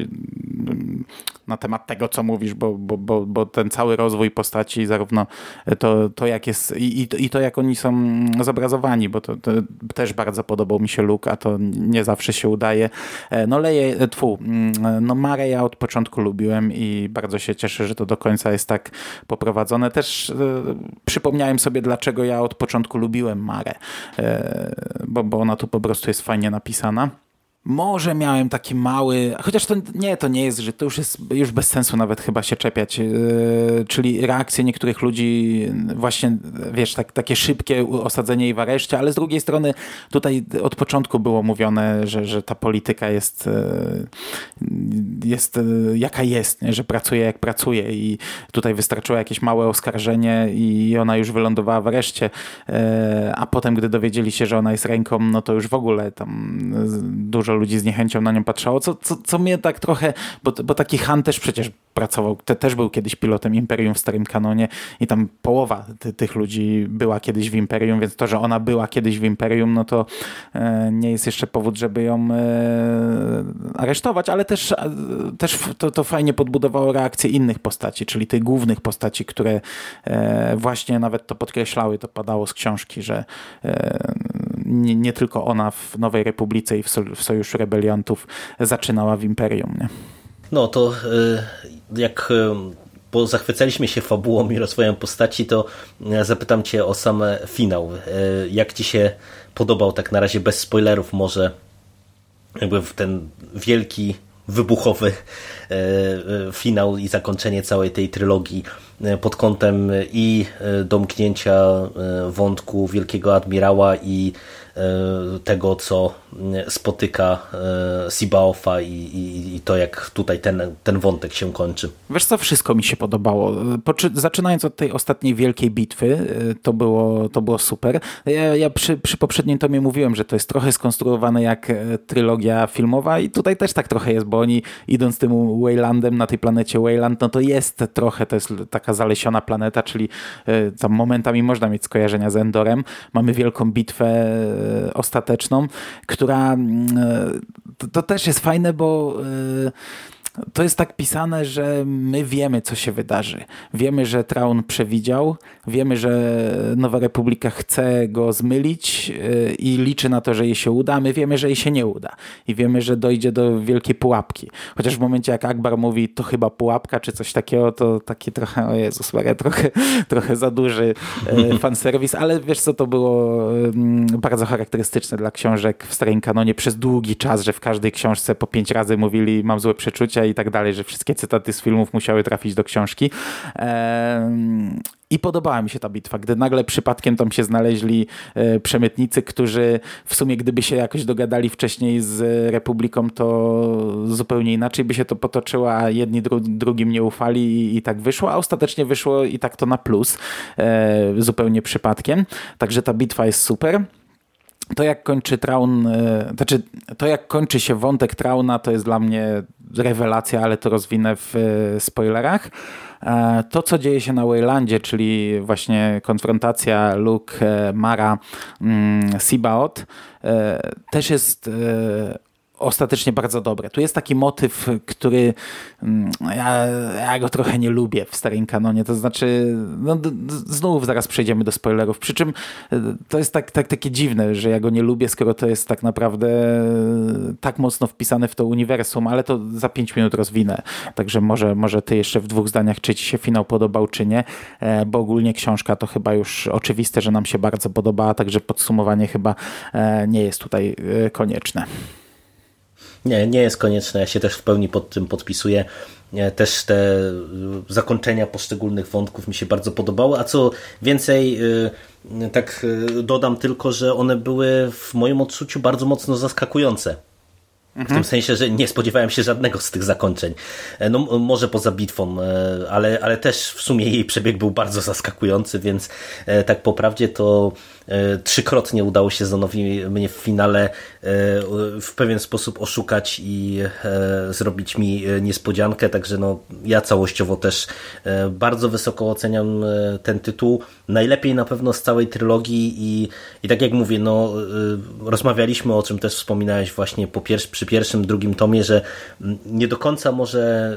na temat tego, co mówisz, bo, bo, bo, bo ten cały rozwój postaci, zarówno to, to jak jest i, i to jak oni są zobrazowani, bo to, to też bardzo podobał mi się Luke, a to nie zawsze się udaje. No Leję, tfu, no Marę ja od początku lubiłem i bardzo się cieszę, że to do końca jest tak poprowadzone. Też e, przypomniałem sobie, dlaczego ja od początku lubiłem Marę, e, bo, bo ona tu po prostu jest fajnie napisana. Może miałem taki mały, chociaż to nie, to nie jest, że to już jest już bez sensu nawet chyba się czepiać, yy, czyli reakcje niektórych ludzi, właśnie wiesz, tak, takie szybkie osadzenie jej w areszcie, ale z drugiej strony tutaj od początku było mówione, że, że ta polityka jest, yy, jest yy, jaka jest, nie? Że pracuje jak pracuje i tutaj wystarczyło jakieś małe oskarżenie i ona już wylądowała w areszcie, yy, a potem gdy dowiedzieli się, że ona jest ręką, no to już w ogóle tam dużo ludzi z niechęcią na nią patrzało, co, co, co mnie tak trochę, bo, bo taki Han też przecież pracował, te, też był kiedyś pilotem Imperium w starym kanonie i tam połowa ty, tych ludzi była kiedyś w Imperium, więc to, że ona była kiedyś w Imperium, no to e, nie jest jeszcze powód, żeby ją e, aresztować, ale też, e, też to, to fajnie podbudowało reakcję innych postaci, czyli tych głównych postaci, które e, właśnie nawet to podkreślały, to padało z książki, że e, nie, nie tylko ona w Nowej Republice i w, so, w Sojuszu Rebeliantów zaczynała w Imperium, nie? No to jak bo zachwycaliśmy się fabułą i rozwojem postaci, to zapytam cię o sam finał. Jak ci się podobał, tak na razie bez spoilerów może, jakby ten wielki, wybuchowy finał i zakończenie całej tej trylogii pod kątem i domknięcia wątku Wielkiego Admirała i tego, co spotyka Sibaufa i, i, i to, jak tutaj ten, ten wątek się kończy. Wiesz co, wszystko mi się podobało. Poczy, zaczynając od tej ostatniej wielkiej bitwy, to było, to było super. Ja, ja przy, przy poprzednim tomie mówiłem, że to jest trochę skonstruowane jak trylogia filmowa i tutaj też tak trochę jest, bo oni idąc tym Waylandem na tej planecie Wayland, no to jest trochę, to jest taka taka zalesiona planeta, czyli y, tam momentami można mieć skojarzenia z Endorem. Mamy wielką bitwę y, ostateczną, która y, to, to też jest fajne, bo y, to jest tak pisane, że my wiemy, co się wydarzy. Wiemy, że Traun przewidział, wiemy, że Nowa Republika chce go zmylić yy, i liczy na to, że jej się uda. My wiemy, że jej się nie uda. I wiemy, że dojdzie do wielkiej pułapki. Chociaż w momencie, jak Akbar mówi, to chyba pułapka, czy coś takiego, to taki trochę, o Jezus Maria, trochę, trochę za duży yy, fanserwis, ale wiesz co, to było yy, bardzo charakterystyczne dla książek w starym kanonie przez długi czas, że w każdej książce po pięć razy mówili, mam złe przeczucia i tak dalej, że wszystkie cytaty z filmów musiały trafić do książki. Ehm, I podobała mi się ta bitwa, gdy nagle przypadkiem tam się znaleźli e, przemytnicy, którzy w sumie gdyby się jakoś dogadali wcześniej z Republiką, to zupełnie inaczej by się to potoczyło, a jedni dru drugim nie ufali i, i tak wyszło, a ostatecznie wyszło i tak to na plus, e, zupełnie przypadkiem. Także ta bitwa jest super. To jak kończy Traun, to znaczy to jak kończy się wątek Trauna, to jest dla mnie rewelacja, ale to rozwinę w spoilerach. To, co dzieje się na Waylandzie, czyli właśnie konfrontacja Luke, Mara, Seabaot, też jest ostatecznie bardzo dobre. Tu jest taki motyw, który ja, ja go trochę nie lubię w starym kanonie, to znaczy no, znów zaraz przejdziemy do spoilerów, przy czym to jest tak, tak, takie dziwne, że ja go nie lubię, skoro to jest tak naprawdę tak mocno wpisane w to uniwersum, ale to za pięć minut rozwinę, także może, może ty jeszcze w dwóch zdaniach, czy ci się finał podobał, czy nie, bo ogólnie książka to chyba już oczywiste, że nam się bardzo podobała, także podsumowanie chyba nie jest tutaj konieczne. Nie, nie jest konieczne. Ja się też w pełni pod tym podpisuję. Też te zakończenia poszczególnych wątków mi się bardzo podobały, a co więcej, tak dodam tylko, że one były w moim odczuciu bardzo mocno zaskakujące. W tym sensie, że nie spodziewałem się żadnego z tych zakończeń. No może poza bitwą, ale, ale też w sumie jej przebieg był bardzo zaskakujący, więc tak po prawdzie to trzykrotnie udało się Zonowi mnie w finale w pewien sposób oszukać i zrobić mi niespodziankę, także no ja całościowo też bardzo wysoko oceniam ten tytuł. Najlepiej na pewno z całej trylogii i, i tak jak mówię, no rozmawialiśmy, o czym też wspominałeś właśnie po pier przy pierwszym, drugim tomie, że nie do końca może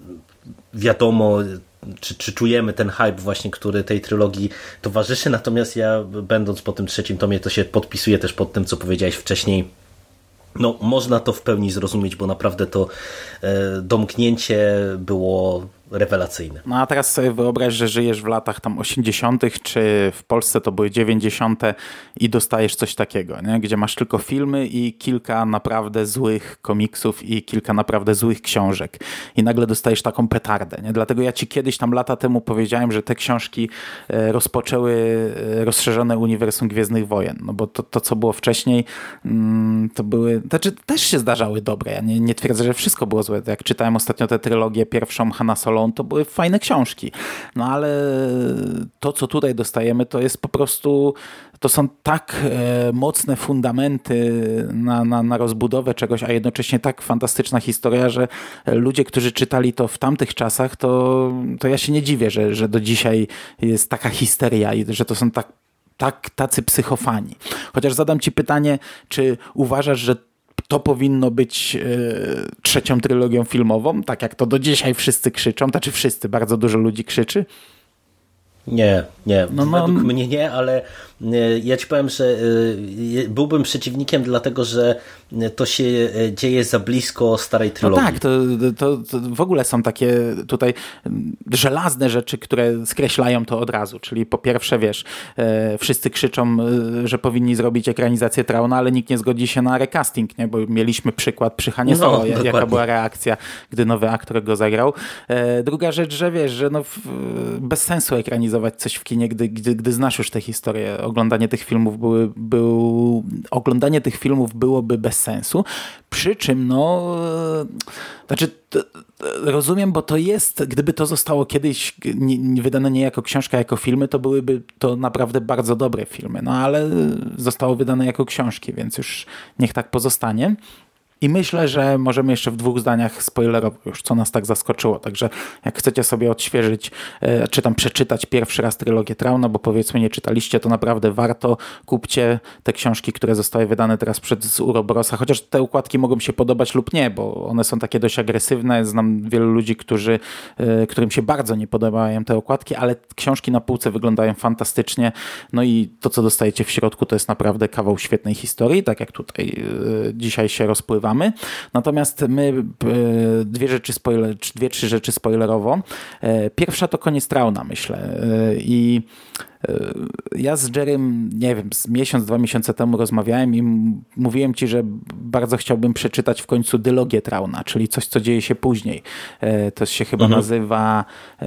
wiadomo, czy, czy czujemy ten hype właśnie, który tej trylogii towarzyszy, natomiast ja będąc po tym trzecim tomie, to się podpisuję też pod tym, co powiedziałeś wcześniej. No, można to w pełni zrozumieć, bo naprawdę to e, domknięcie było rewelacyjne. No a teraz sobie wyobraź, że żyjesz w latach tam osiemdziesiątych, czy w Polsce to były dziewięćdziesiąte i dostajesz coś takiego, nie? Gdzie masz tylko filmy i kilka naprawdę złych komiksów i kilka naprawdę złych książek. I nagle dostajesz taką petardę, nie? Dlatego ja ci kiedyś tam lata temu powiedziałem, że te książki rozpoczęły rozszerzone uniwersum Gwiezdnych Wojen. No bo to, to co było wcześniej, to były... Znaczy, też się zdarzały dobre. Ja nie, nie twierdzę, że wszystko było złe. Jak czytałem ostatnio tę trylogię pierwszą Hanna Solo, to były fajne książki. No ale to, co tutaj dostajemy, to jest po prostu, to są tak e, mocne fundamenty na, na, na rozbudowę czegoś, a jednocześnie tak fantastyczna historia, że ludzie, którzy czytali to w tamtych czasach, to, to ja się nie dziwię, że, że do dzisiaj jest taka histeria i że to są tak, tak tacy psychofani. Chociaż zadam ci pytanie, czy uważasz, że to powinno być y, trzecią trylogią filmową, tak jak to do dzisiaj wszyscy krzyczą, znaczy wszyscy, bardzo dużo ludzi krzyczy? Nie, nie. No, no, Według mnie nie, ale ja ci powiem, że byłbym przeciwnikiem, dlatego że to się dzieje za blisko starej trylogii. No tak, to, to, to w ogóle są takie tutaj żelazne rzeczy, które skreślają to od razu. Czyli po pierwsze, wiesz, wszyscy krzyczą, że powinni zrobić ekranizację Trauna, ale nikt nie zgodzi się na recasting, nie? Bo mieliśmy przykład przy Hanie Solo, no, jaka była reakcja, gdy nowy aktor go zagrał. Druga rzecz, że wiesz, że no bez sensu ekranizować coś w kinie, gdy, gdy, gdy znasz już tę historię. Oglądanie tych filmów były, był, oglądanie tych filmów byłoby bez sensu. Przy czym, no, znaczy, to, rozumiem, bo to jest, gdyby to zostało kiedyś nie, nie wydane nie jako książka, jako filmy, to byłyby to naprawdę bardzo dobre filmy. No, ale zostało wydane jako książki, więc już niech tak pozostanie. I myślę, że możemy jeszcze w dwóch zdaniach spoilerowo już, co nas tak zaskoczyło. Także jak chcecie sobie odświeżyć, e, czy tam przeczytać pierwszy raz trylogię Trauna, bo powiedzmy nie czytaliście, to naprawdę warto. Kupcie te książki, które zostały wydane teraz przez Urobrosa, chociaż te układki mogą się podobać lub nie, bo one są takie dość agresywne. Znam wielu ludzi, którzy, e, którym się bardzo nie podobają te układki, ale książki na półce wyglądają fantastycznie. No i to, co dostajecie w środku, to jest naprawdę kawał świetnej historii, tak jak tutaj e, dzisiaj się rozpływa. Natomiast my dwie rzeczy spoiler, dwie, trzy rzeczy spoilerowo. Pierwsza to koniec Trauna, myślę. I ja z Jerrym, nie wiem, z miesiąc, dwa miesiące temu rozmawiałem i mówiłem ci, że bardzo chciałbym przeczytać w końcu dylogię Trauna, czyli coś, co dzieje się później. To się chyba mhm. nazywa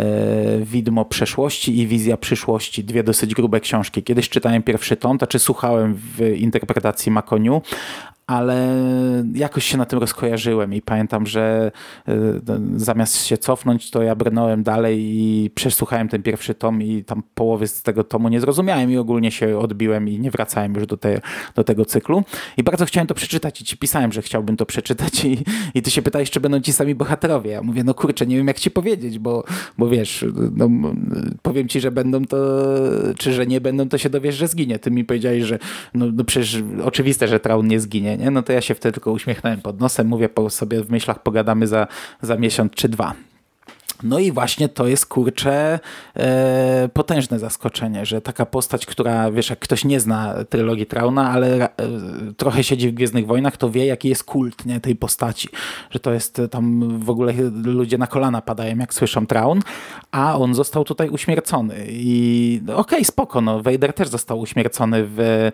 Widmo przeszłości i Wizja przyszłości. Dwie dosyć grube książki. Kiedyś czytałem pierwszy tom, to czy słuchałem w interpretacji Makoniu, ale jakoś się na tym rozkojarzyłem i pamiętam, że y, zamiast się cofnąć, to ja brnąłem dalej i przesłuchałem ten pierwszy tom i tam połowy z tego tomu nie zrozumiałem i ogólnie się odbiłem i nie wracałem już do, te, do tego cyklu. I bardzo chciałem to przeczytać i ci pisałem, że chciałbym to przeczytać i, i ty się pytałeś, czy będą ci sami bohaterowie. Ja mówię, no kurczę, nie wiem jak ci powiedzieć, bo, bo wiesz, no, powiem ci, że będą to, czy że nie będą, to się dowiesz, że zginie. Ty mi powiedziałeś, że no, no przecież oczywiste, że Traun nie zginie, nie? No to ja się wtedy tylko uśmiechnąłem pod nosem, mówię po sobie w myślach, pogadamy za, za miesiąc czy dwa. No i właśnie to jest, kurczę, e, potężne zaskoczenie, że taka postać, która, wiesz, jak ktoś nie zna trylogii Trauna, ale e, trochę siedzi w Gwiezdnych Wojnach, to wie, jaki jest kult, nie, tej postaci. Że to jest tam w ogóle ludzie na kolana padają, jak słyszą Traun, a on został tutaj uśmiercony. I okej, okay, spoko, no, Vader też został uśmiercony w, e,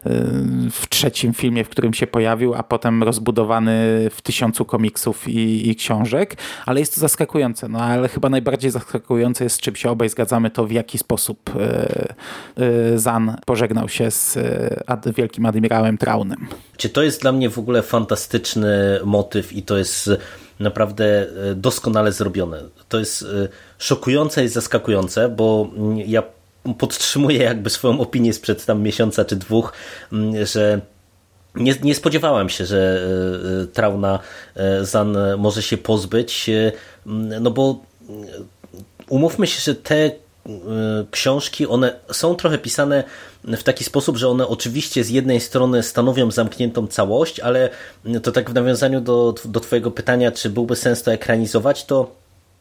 w trzecim filmie, w którym się pojawił, a potem rozbudowany w tysiącu komiksów i, i książek, ale jest to zaskakujące, no ale chyba najbardziej zaskakujące jest, z czym się obaj zgadzamy, to w jaki sposób y, y, Zan pożegnał się z y, ad, wielkim admirałem Traunem. To jest dla mnie w ogóle fantastyczny motyw i to jest naprawdę doskonale zrobione. To jest szokujące i zaskakujące, bo ja podtrzymuję jakby swoją opinię sprzed tam miesiąca czy dwóch, że Nie, nie spodziewałem się, że Trauna Zan może się pozbyć, no bo umówmy się, że te książki, one są trochę pisane w taki sposób, że one oczywiście z jednej strony stanowią zamkniętą całość, ale to tak w nawiązaniu do, do twojego pytania, czy byłby sens to ekranizować, to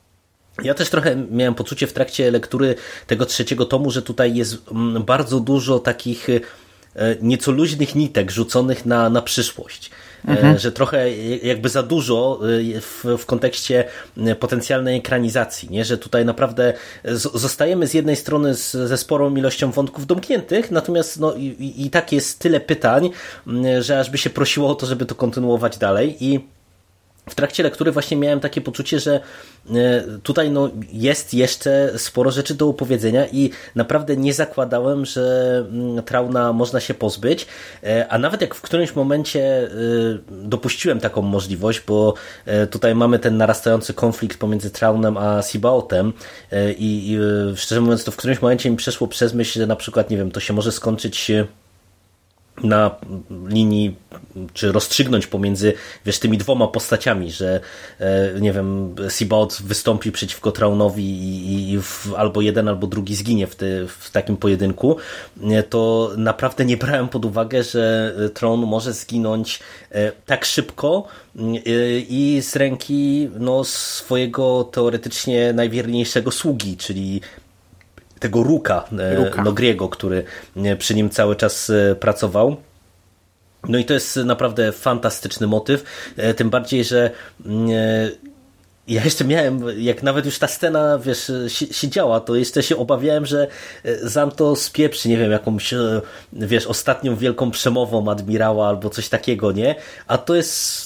ja też trochę miałem poczucie w trakcie lektury tego trzeciego tomu, że tutaj jest bardzo dużo takich nieco luźnych nitek rzuconych na, na przyszłość. Mhm. Że trochę jakby za dużo w, w kontekście potencjalnej ekranizacji, nie? Że tutaj naprawdę zostajemy z jednej strony z, ze sporą ilością wątków domkniętych, natomiast no, i, i tak jest tyle pytań, że aż by się prosiło o to, żeby to kontynuować dalej. I w trakcie lektury właśnie miałem takie poczucie, że tutaj no jest jeszcze sporo rzeczy do opowiedzenia i naprawdę nie zakładałem, że Trauna można się pozbyć, a nawet jak w którymś momencie dopuściłem taką możliwość, bo tutaj mamy ten narastający konflikt pomiędzy Traunem a Sibaotem i, i szczerze mówiąc to w którymś momencie mi przeszło przez myśl, że na przykład, nie wiem, to się może skończyć na linii, czy rozstrzygnąć pomiędzy, wiesz, tymi dwoma postaciami, że nie wiem, Sibaot wystąpi przeciwko Traunowi i, i w, albo jeden, albo drugi zginie w, ty, w takim pojedynku, to naprawdę nie brałem pod uwagę, że Traun może zginąć tak szybko i z ręki no, swojego teoretycznie najwierniejszego sługi, czyli tego Ruka, Ruka. Nogriego, który przy nim cały czas pracował. No i to jest naprawdę fantastyczny motyw, tym bardziej, że ja jeszcze miałem, jak nawet już ta scena, wiesz, się działa, to jeszcze się obawiałem, że Zan to spieprzy, nie wiem, jakąś, wiesz, ostatnią wielką przemową admirała albo coś takiego, nie? A to jest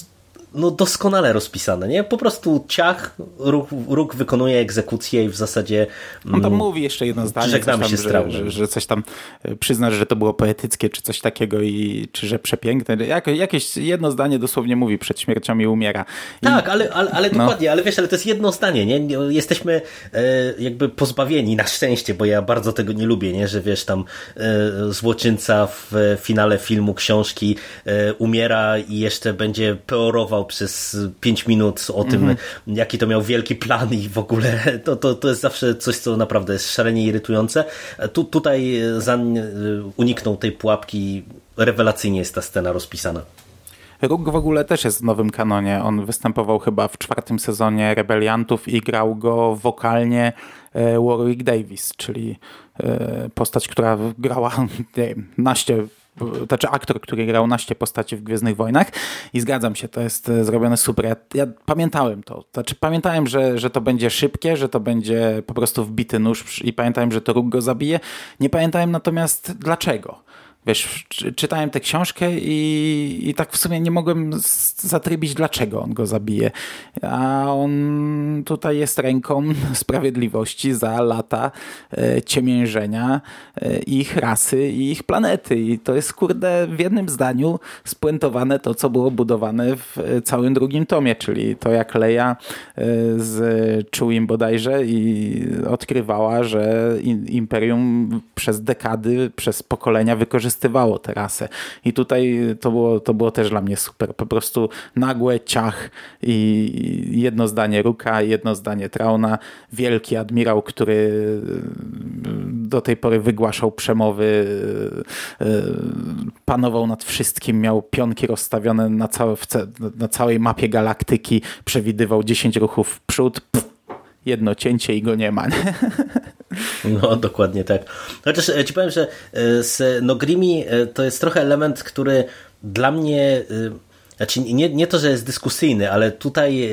no doskonale rozpisane, nie? Po prostu ciach, róg, róg wykonuje egzekucję i w zasadzie... On tam mm, mówi jeszcze jedno zdanie, żegnamy coś tam, się z że, Traunem. że, że coś tam przyznasz, że to było poetyckie, czy coś takiego, i czy że przepiękne. Jak, jakieś jedno zdanie dosłownie mówi przed śmiercią i umiera. I, tak, ale, ale, ale no. dokładnie, ale wiesz, ale to jest jedno zdanie, nie? Jesteśmy e, jakby pozbawieni, na szczęście, bo ja bardzo tego nie lubię, nie? Że wiesz, tam e, złoczyńca w finale filmu, książki e, umiera i jeszcze będzie peorował przez pięć minut o tym, mm-hmm. jaki to miał wielki plan i w ogóle to, to, to jest zawsze coś, co naprawdę jest szalenie irytujące. Tu, tutaj Zan uniknął tej pułapki, rewelacyjnie jest ta scena rozpisana. Róg w ogóle też jest w nowym kanonie. On występował chyba w czwartym sezonie Rebeliantów i grał go wokalnie Warwick Davis, czyli postać, która grała nie wiem, naście to znaczy aktor, który grał naście postaci w Gwiezdnych Wojnach, i zgadzam się, to jest zrobione super. Ja, ja pamiętałem to, to znaczy pamiętałem, że, że to będzie szybkie, że to będzie po prostu wbity nóż i pamiętałem, że to Róg go zabije. Nie pamiętałem natomiast dlaczego. Wiesz, czytałem tę książkę i, i tak w sumie nie mogłem zatrybić, dlaczego on go zabije. A on tutaj jest ręką sprawiedliwości za lata e, ciemiężenia e, ich rasy i ich planety. I to jest, kurde, w jednym zdaniu spuentowane to, co było budowane w całym drugim tomie, czyli to, jak Leia e, z Chewiem bodajże i odkrywała, że Imperium przez dekady, przez pokolenia wykorzystywało tę rasę. I tutaj to było, to było też dla mnie super. Po prostu nagłe ciach i jedno zdanie Rooka, jedno zdanie Trauna. Wielki admirał, który do tej pory wygłaszał przemowy, panował nad wszystkim, miał pionki rozstawione na, całe, na całej mapie galaktyki, przewidywał dziesięć ruchów w przód, pff, jedno cięcie i go nie ma. Nie? No, dokładnie tak. Chociaż ci powiem, że z Nogrimi to jest trochę element, który dla mnie, znaczy nie, nie to, że jest dyskusyjny, ale tutaj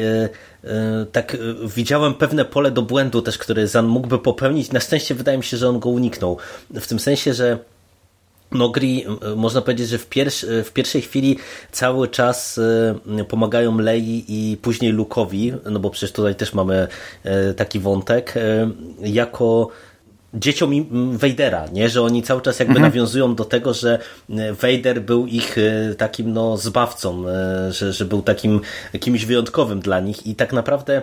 tak widziałem pewne pole do błędu też, które Zan mógłby popełnić. Na szczęście wydaje mi się, że on go uniknął. W tym sensie, że Nogri, można powiedzieć, że w, pierwszy, w pierwszej chwili cały czas pomagają Lei i później Luke'owi, no bo przecież tutaj też mamy taki wątek, jako dzieciom Vadera, nie? Że oni cały czas jakby mhm. nawiązują do tego, że Vader był ich takim no zbawcą, że, że był takim kimś wyjątkowym dla nich i tak naprawdę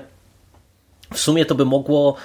w sumie to by mogło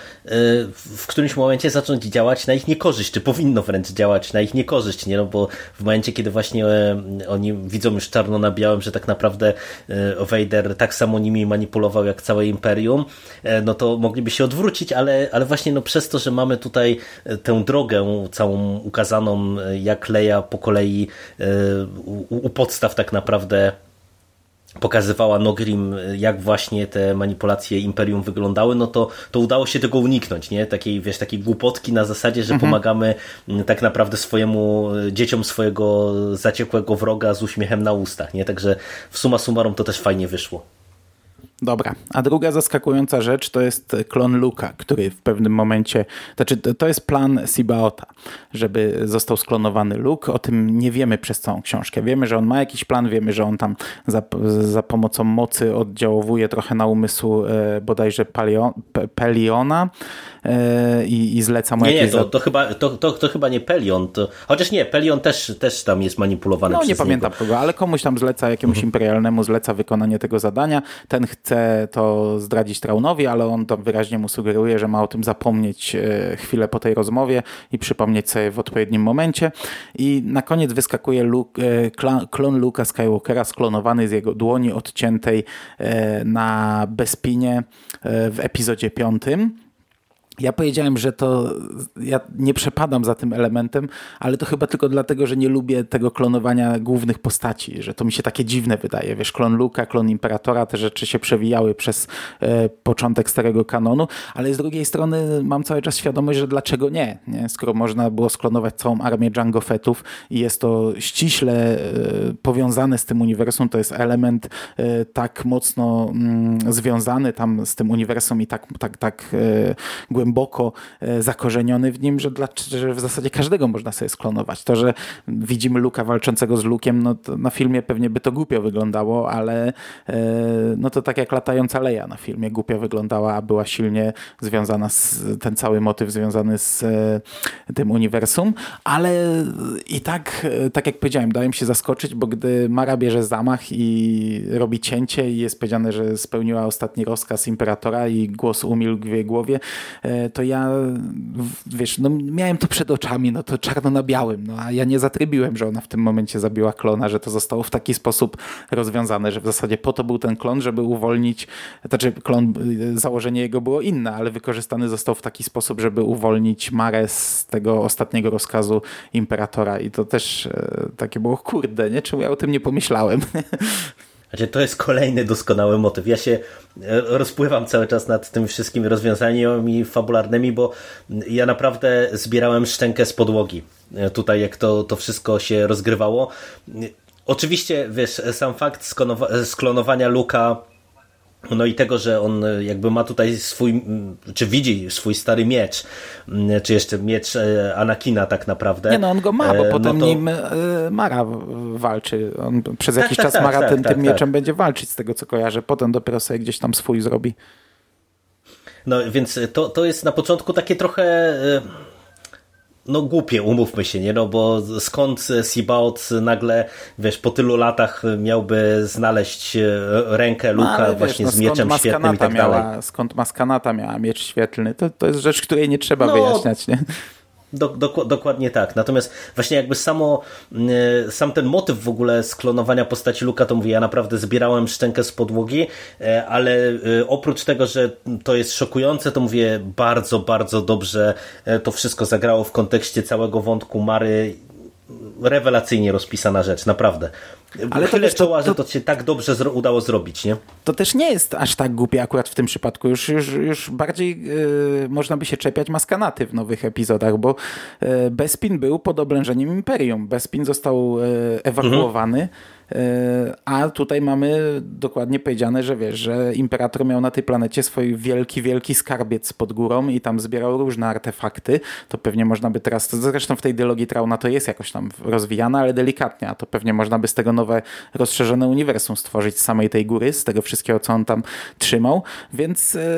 w którymś momencie zacząć działać na ich niekorzyść, czy powinno wręcz działać na ich niekorzyść, nie? No bo w momencie, kiedy właśnie oni widzą już czarno na białym, że tak naprawdę Vader tak samo nimi manipulował jak całe Imperium, no to mogliby się odwrócić, ale, ale właśnie no przez to, że mamy tutaj tę drogę całą ukazaną, jak Leia po kolei u, u podstaw tak naprawdę pokazywała Nogrim, jak właśnie te manipulacje Imperium wyglądały, no to, to udało się tego uniknąć, nie? Takiej, wiesz, takiej głupotki na zasadzie, że mhm. pomagamy tak naprawdę swojemu, dzieciom swojego zaciekłego wroga z uśmiechem na ustach, nie? Także w summa summarum to też fajnie wyszło. Dobra, a druga zaskakująca rzecz to jest klon Luke'a, który w pewnym momencie, znaczy to jest plan Sibaota, żeby został sklonowany Luke. O tym nie wiemy przez całą książkę. Wiemy, że on ma jakiś plan, wiemy, że on tam za, za pomocą mocy oddziałuje trochę na umysł e, bodajże Palion, Pe, Peliona e, i, i zleca mu nie, jakieś... Nie, to, to, chyba, to, to, to chyba nie Pelion, to, chociaż nie, Pelion też, też tam jest manipulowany no, przez nie pamiętam niego. kogo, ale komuś tam zleca, jakiemuś mhm. imperialnemu zleca wykonanie tego zadania. Ten chce to zdradzić Traunowi, ale on tam wyraźnie mu sugeruje, że ma o tym zapomnieć chwilę po tej rozmowie i przypomnieć sobie w odpowiednim momencie. I na koniec wyskakuje Luke, klon Luke'a Skywalkera, sklonowany z jego dłoni odciętej na Bespinie w epizodzie piątym. Ja powiedziałem, że to ja nie przepadam za tym elementem, ale to chyba tylko dlatego, że nie lubię tego klonowania głównych postaci, że to mi się takie dziwne wydaje. Wiesz, klon Luke'a, klon Imperatora, te rzeczy się przewijały przez e, początek starego kanonu, ale z drugiej strony mam cały czas świadomość, że dlaczego nie, nie? Skoro można było sklonować całą armię Jango Fettów i jest to ściśle e, powiązane z tym uniwersum, to jest element e, tak mocno mm, związany tam z tym uniwersum i tak, tak, tak e, głęboko głęboko zakorzeniony w nim, że, dla, że w zasadzie każdego można sobie sklonować. To, że widzimy Luke'a walczącego z Luke'iem, no to na filmie pewnie by to głupio wyglądało, ale no to tak jak latająca Leia na filmie głupio wyglądała, a była silnie związana z, ten cały motyw związany z tym uniwersum, ale i tak, tak jak powiedziałem, dałem się zaskoczyć, bo gdy Mara bierze zamach i robi cięcie i jest powiedziane, że spełniła ostatni rozkaz Imperatora i głos umilkł w jej głowie, to ja, wiesz, no miałem to przed oczami, no to czarno na białym, no a ja nie zatrybiłem, że ona w tym momencie zabiła klona, że to zostało w taki sposób rozwiązane, że w zasadzie po to był ten klon, żeby uwolnić, znaczy klon, założenie jego było inne, ale wykorzystany został w taki sposób, żeby uwolnić Marę z tego ostatniego rozkazu Imperatora i to też e, takie było, kurde, nie? Czemu ja o tym nie pomyślałem? Znaczy, to jest kolejny doskonały motyw. Ja się rozpływam cały czas nad tymi wszystkimi rozwiązaniami fabularnymi, bo ja naprawdę zbierałem szczękę z podłogi. Tutaj jak to, to wszystko się rozgrywało. Oczywiście, wiesz, sam fakt sklonowania Luke'a, no i tego, że on jakby ma tutaj swój, czy widzi swój stary miecz, czy jeszcze miecz Anakina tak naprawdę. Nie no, on go ma, bo no potem to... nim Mara walczy. On przez jakiś tak, czas tak, Mara tak, tym, tak, tym tak. mieczem będzie walczyć, z tego co kojarzę. Potem dopiero sobie gdzieś tam swój zrobi. No więc to, to jest na początku takie trochę... No głupie, umówmy się, nie? No bo skąd Seabaud nagle, wiesz, po tylu latach miałby znaleźć rękę Luke'a no, właśnie wiesz, z no, mieczem świetlnym i tak miała, dalej. Skąd Maskanata miała miecz świetlny? To, to jest rzecz, której nie trzeba no, wyjaśniać, nie? Do, do, dokładnie tak. Natomiast właśnie jakby samo, sam ten motyw w ogóle sklonowania postaci Luke'a, to mówię, ja naprawdę zbierałem szczękę z podłogi, ale oprócz tego, że to jest szokujące, to mówię, bardzo, bardzo dobrze to wszystko zagrało w kontekście całego wątku Mary. Rewelacyjnie rozpisana rzecz, naprawdę. Ale tyle czoła, że to się tak dobrze zro- udało zrobić, nie? To też nie jest aż tak głupie akurat w tym przypadku. Już, już, już bardziej yy, można by się czepiać Maskanaty w nowych epizodach, bo yy, Bespin był pod oblężeniem Imperium. Bespin został yy, ewakuowany, mhm. A tutaj mamy dokładnie powiedziane, że wiesz, że Imperator miał na tej planecie swój wielki, wielki skarbiec pod górą i tam zbierał różne artefakty. To pewnie można by teraz, zresztą w tej dylogii Trauna to jest jakoś tam rozwijane, ale delikatnie, a to pewnie można by z tego nowe, rozszerzone uniwersum stworzyć z samej tej góry, z tego wszystkiego, co on tam trzymał. Więc e,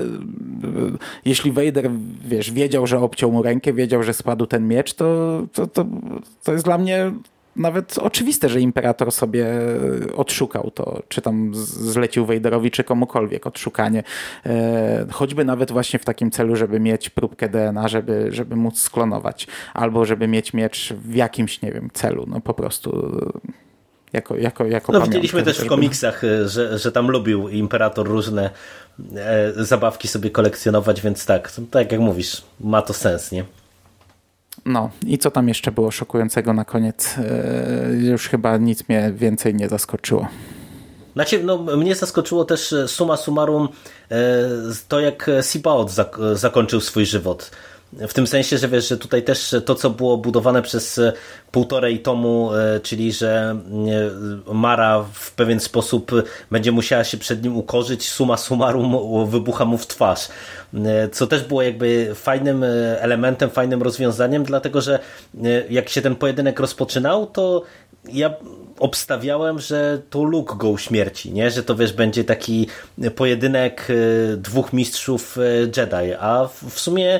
jeśli Vader, wiesz, wiedział, że obciął mu rękę, wiedział, że spadł ten miecz, to, to, to, to jest dla mnie nawet oczywiste, że Imperator sobie odszukał to, czy tam zlecił Vaderowi, czy komukolwiek odszukanie. E, choćby nawet właśnie w takim celu, żeby mieć próbkę D N A, żeby, żeby móc sklonować. Albo żeby mieć miecz w jakimś, nie wiem, celu. No po prostu jako, jako, jako No pamiątkę, widzieliśmy też żeby... w komiksach, że, że tam lubił Imperator różne e, zabawki sobie kolekcjonować, więc tak, tak jak mówisz, ma to sens, nie? No i co tam jeszcze było szokującego na koniec? Yy, już chyba nic mnie więcej nie zaskoczyło. Znaczy, no, mnie zaskoczyło też summa summarum e, to, jak Seabaud zak- zakończył swój żywot. W tym sensie, że wiesz, że tutaj też to, co było budowane przez półtorej tomu, czyli że Mara w pewien sposób będzie musiała się przed nim ukorzyć, summa summarum wybucha mu w twarz. Co też było jakby fajnym elementem, fajnym rozwiązaniem, dlatego że jak się ten pojedynek rozpoczynał, to ja obstawiałem, że to Luke go uśmierci, nie? Że to wiesz, będzie taki pojedynek dwóch mistrzów Jedi, a w sumie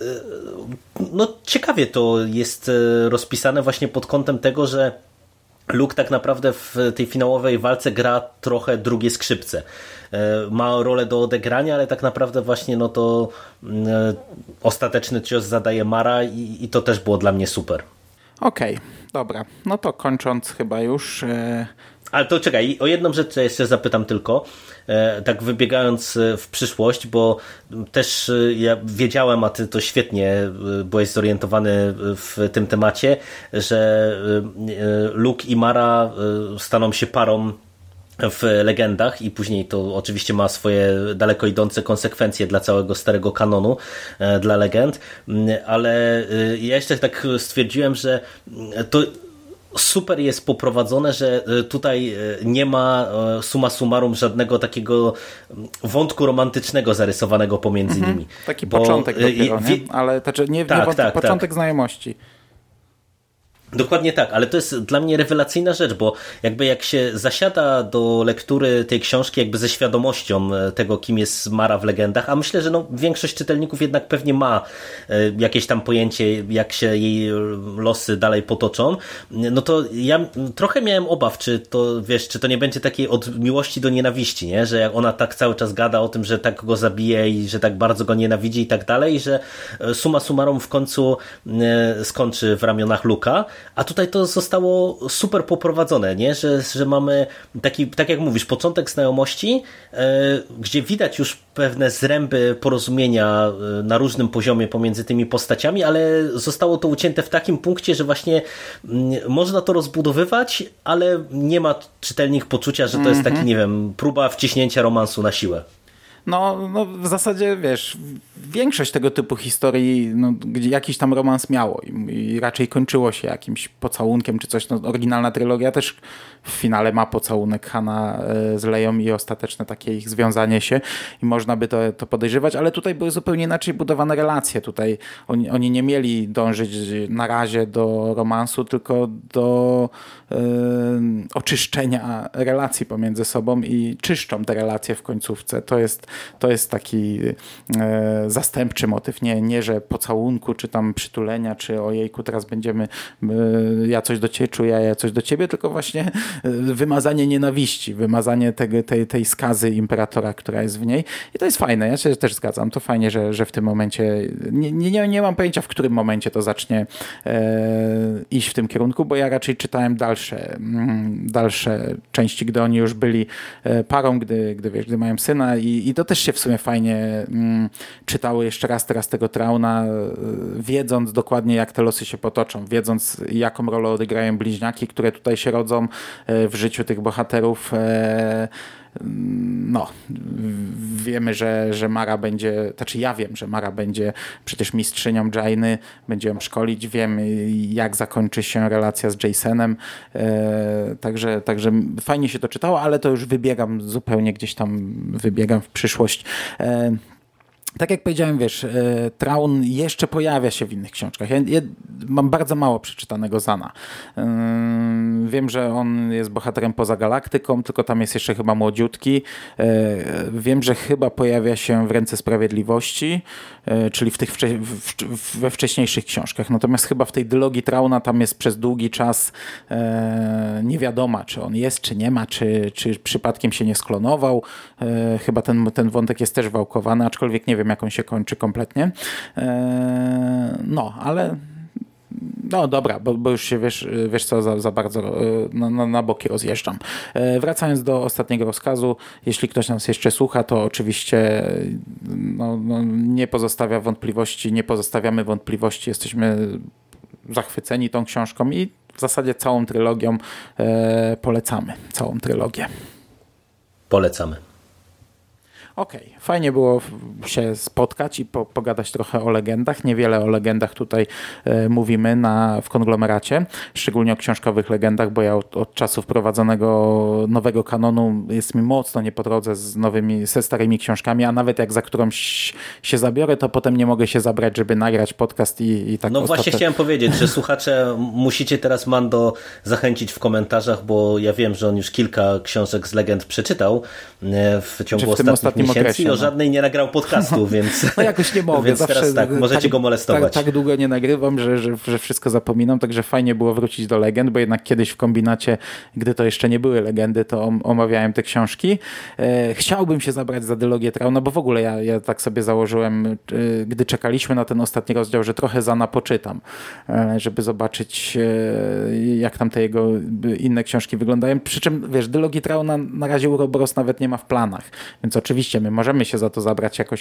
no ciekawie to jest rozpisane właśnie pod kątem tego, że Luke tak naprawdę w tej finałowej walce gra trochę drugie skrzypce. Ma rolę do odegrania, ale tak naprawdę właśnie no to ostateczny cios zadaje Mara i, i to też było dla mnie super. Okej, okay, dobra. No to kończąc chyba już... Yy... Ale to czekaj, o jedną rzecz jeszcze zapytam tylko, tak wybiegając w przyszłość, bo też ja wiedziałem, a ty to świetnie byłeś zorientowany w tym temacie, że Luke i Mara staną się parą w legendach i później to oczywiście ma swoje daleko idące konsekwencje dla całego starego kanonu, dla legend, ale ja jeszcze tak stwierdziłem, że to super jest poprowadzone, że tutaj nie ma summa summarum żadnego takiego wątku romantycznego zarysowanego pomiędzy mhm. nimi. Taki Bo, początek dopiero, nie? Ale znaczy nie, tak, nie wątek, tak, początek tak. znajomości. Dokładnie tak, ale to jest dla mnie rewelacyjna rzecz, bo jakby jak się zasiada do lektury tej książki jakby ze świadomością tego, kim jest Mara w legendach, a myślę, że no, większość czytelników jednak pewnie ma jakieś tam pojęcie, jak się jej losy dalej potoczą, no to ja trochę miałem obaw, czy to, wiesz, czy to nie będzie takiej od miłości do nienawiści, nie? Że jak ona tak cały czas gada o tym, że tak go zabije i że tak bardzo go nienawidzi i tak dalej, że summa summarum w końcu skończy w ramionach Luka. A tutaj to zostało super poprowadzone, nie? Że, że mamy taki, tak jak mówisz, początek znajomości, yy, gdzie widać już pewne zręby porozumienia yy, na różnym poziomie pomiędzy tymi postaciami, ale zostało to ucięte w takim punkcie, że właśnie yy, można to rozbudowywać, ale nie ma czytelnik poczucia, że to jest taki, nie wiem, próba wciśnięcia romansu na siłę. No, no w zasadzie, wiesz, większość tego typu historii, no, gdzie jakiś tam romans miało i, i raczej kończyło się jakimś pocałunkiem czy coś. No, oryginalna trylogia też w finale ma pocałunek Hana z Leją i ostateczne takie ich związanie się i można by to, to podejrzewać, ale tutaj były zupełnie inaczej budowane relacje. Tutaj oni, oni nie mieli dążyć na razie do romansu, tylko do yy, oczyszczenia relacji pomiędzy sobą i czyszczą te relacje w końcówce. To jest To jest taki e, zastępczy motyw. Nie, nie, że pocałunku, czy tam przytulenia, czy ojejku, teraz będziemy e, ja coś do ciebie czuję, ja coś do ciebie, tylko właśnie e, wymazanie nienawiści, wymazanie tego, tej, tej skazy imperatora, która jest w niej. I to jest fajne. Ja się też zgadzam. To fajnie, że, że w tym momencie nie, nie, nie mam pojęcia, w którym momencie to zacznie e, iść w tym kierunku, bo ja raczej czytałem dalsze, mm, dalsze części, gdy oni już byli e, parą, gdy, gdy, wiesz, gdy mają syna i, i to też się w sumie fajnie mm, czytało jeszcze raz teraz tego Trauna, wiedząc dokładnie, jak te losy się potoczą, wiedząc, jaką rolę odegrają bliźniaki, które tutaj się rodzą e, w życiu tych bohaterów. E, no, wiemy, że, że Mara będzie, znaczy ja wiem, że Mara będzie przecież mistrzynią Jainy, będzie ją szkolić, wiem, jak zakończy się relacja z Jasonem, e, także, także fajnie się to czytało, ale to już wybiegam zupełnie gdzieś tam, wybiegam w przyszłość. E, Tak jak powiedziałem, wiesz, Traun jeszcze pojawia się w innych książkach. Ja, ja mam bardzo mało przeczytanego Zana. Wiem, że on jest bohaterem poza galaktyką, tylko tam jest jeszcze chyba młodziutki. Wiem, że chyba pojawia się w Ręce Sprawiedliwości, czyli w tych wcze- w, we wcześniejszych książkach. Natomiast chyba w tej dylogii Trauna tam jest przez długi czas niewiadoma, czy on jest, czy nie ma, czy, czy przypadkiem się nie sklonował. Chyba ten, ten wątek jest też wałkowany, aczkolwiek nie wiem, jak on się kończy kompletnie. No, ale no dobra, bo, bo już się wiesz, wiesz co, za, za bardzo na, na, na boki rozjeżdżam. Wracając do ostatniego rozkazu, jeśli ktoś nas jeszcze słucha, to oczywiście no, no, nie pozostawia wątpliwości, nie pozostawiamy wątpliwości, jesteśmy zachwyceni tą książką i w zasadzie całą trylogią e, polecamy. Całą trylogię. Polecamy. Okej, okay. Fajnie było się spotkać i po, pogadać trochę o legendach. Niewiele o legendach tutaj e, mówimy na, w konglomeracie, szczególnie o książkowych legendach, bo ja od, od czasu wprowadzonego nowego kanonu jest mi mocno nie po drodze z nowymi, ze starymi książkami, a nawet jak za którąś się zabiorę, to potem nie mogę się zabrać, żeby nagrać podcast i, i tak. No właśnie ostatnio... chciałem powiedzieć, że słuchacze musicie teraz Mando zachęcić w komentarzach, bo ja wiem, że on już kilka książek z legend przeczytał w ciągu w ostatnich miesięcy okresie, i o no. żadnej nie nagrał podcastu, no, więc, no jakoś nie mogę. więc Zawsze teraz tak, możecie tak, go molestować. Tak, tak długo nie nagrywam, że, że, że wszystko zapominam, także fajnie było wrócić do legend, bo jednak kiedyś w kombinacie, gdy to jeszcze nie były legendy, to omawiałem te książki. E, chciałbym się zabrać za dylogię Trauna, bo w ogóle ja, ja tak sobie założyłem, e, gdy czekaliśmy na ten ostatni rozdział, że trochę Zana poczytam, e, żeby zobaczyć, e, jak tam te jego inne książki wyglądają. Przy czym, wiesz, dylogii Trauna na razie Uroboros nawet nie ma w planach, więc oczywiście my możemy się za to zabrać jakoś w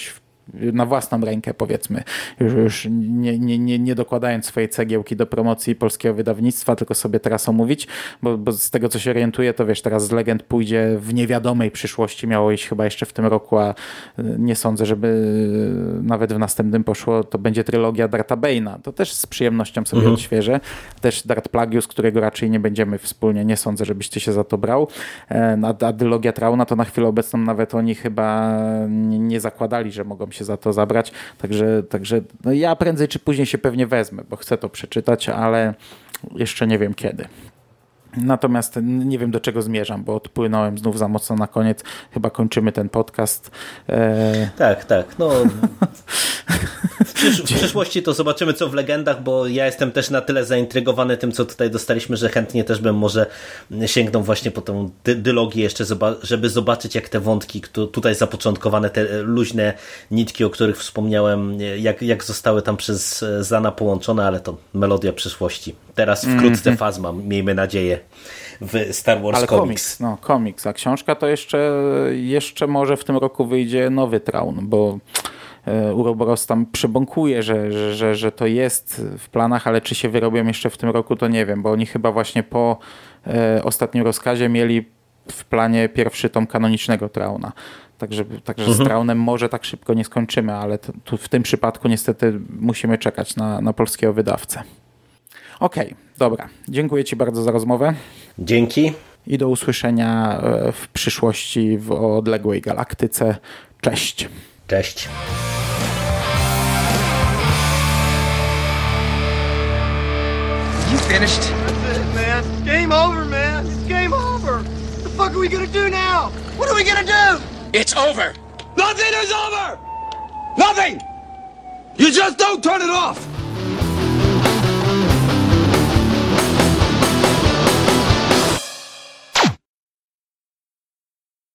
na własną rękę, powiedzmy, już, już nie, nie, nie, nie dokładając swojej cegiełki do promocji polskiego wydawnictwa, tylko sobie teraz omówić, bo, bo z tego, co się orientuję, to wiesz, teraz z Legend pójdzie w niewiadomej przyszłości, miało iść chyba jeszcze w tym roku, a nie sądzę, żeby nawet w następnym poszło, to będzie trylogia Dartha Bane'a. To też z przyjemnością sobie mhm. odświeżę. Też Darth Plagueis, którego raczej nie będziemy wspólnie, nie sądzę, żebyś ty się za to brał. A, a dylogia Trauna to na chwilę obecną nawet oni chyba nie, nie zakładali, że mogą się za to zabrać. Także, także no ja prędzej czy później się pewnie wezmę, bo chcę to przeczytać, ale jeszcze nie wiem kiedy. Natomiast nie wiem, do czego zmierzam, bo odpłynąłem znów za mocno na koniec. Chyba kończymy ten podcast. E... Tak, tak. No, w, przysz w przyszłości to zobaczymy, co w Legendach, bo ja jestem też na tyle zaintrygowany tym, co tutaj dostaliśmy, że chętnie też bym może sięgnął właśnie po tą dy dylogię jeszcze, żeby zobaczyć, jak te wątki tutaj zapoczątkowane, te luźne nitki, o których wspomniałem, jak, jak zostały tam przez Zana połączone, ale to melodia przyszłości. Teraz wkrótce mm -hmm. Phasma, miejmy nadzieję, w Star Wars Ale Comics. komiks, no komiks, a książka to jeszcze, jeszcze może w tym roku wyjdzie nowy Traun, bo Uroboros tam przebąkuje, że, że, że, że to jest w planach, ale czy się wyrobią jeszcze w tym roku, to nie wiem, bo oni chyba właśnie po e, ostatnim rozkazie mieli w planie pierwszy tom kanonicznego Trauna. Także, także mhm. z Traunem może tak szybko nie skończymy, ale to, to w tym przypadku niestety musimy czekać na, na polskiego wydawcę. Okej, okay, dobra. Dziękuję ci bardzo za rozmowę. Dzięki. I do usłyszenia w przyszłości w odległej galaktyce. Cześć. Cześć. You finished? That's it, man. Game over, man. It's game over. What the fuck are we gonna do now? What are we gonna do? It's over. Nothing is over. Nothing. You just don't turn it off.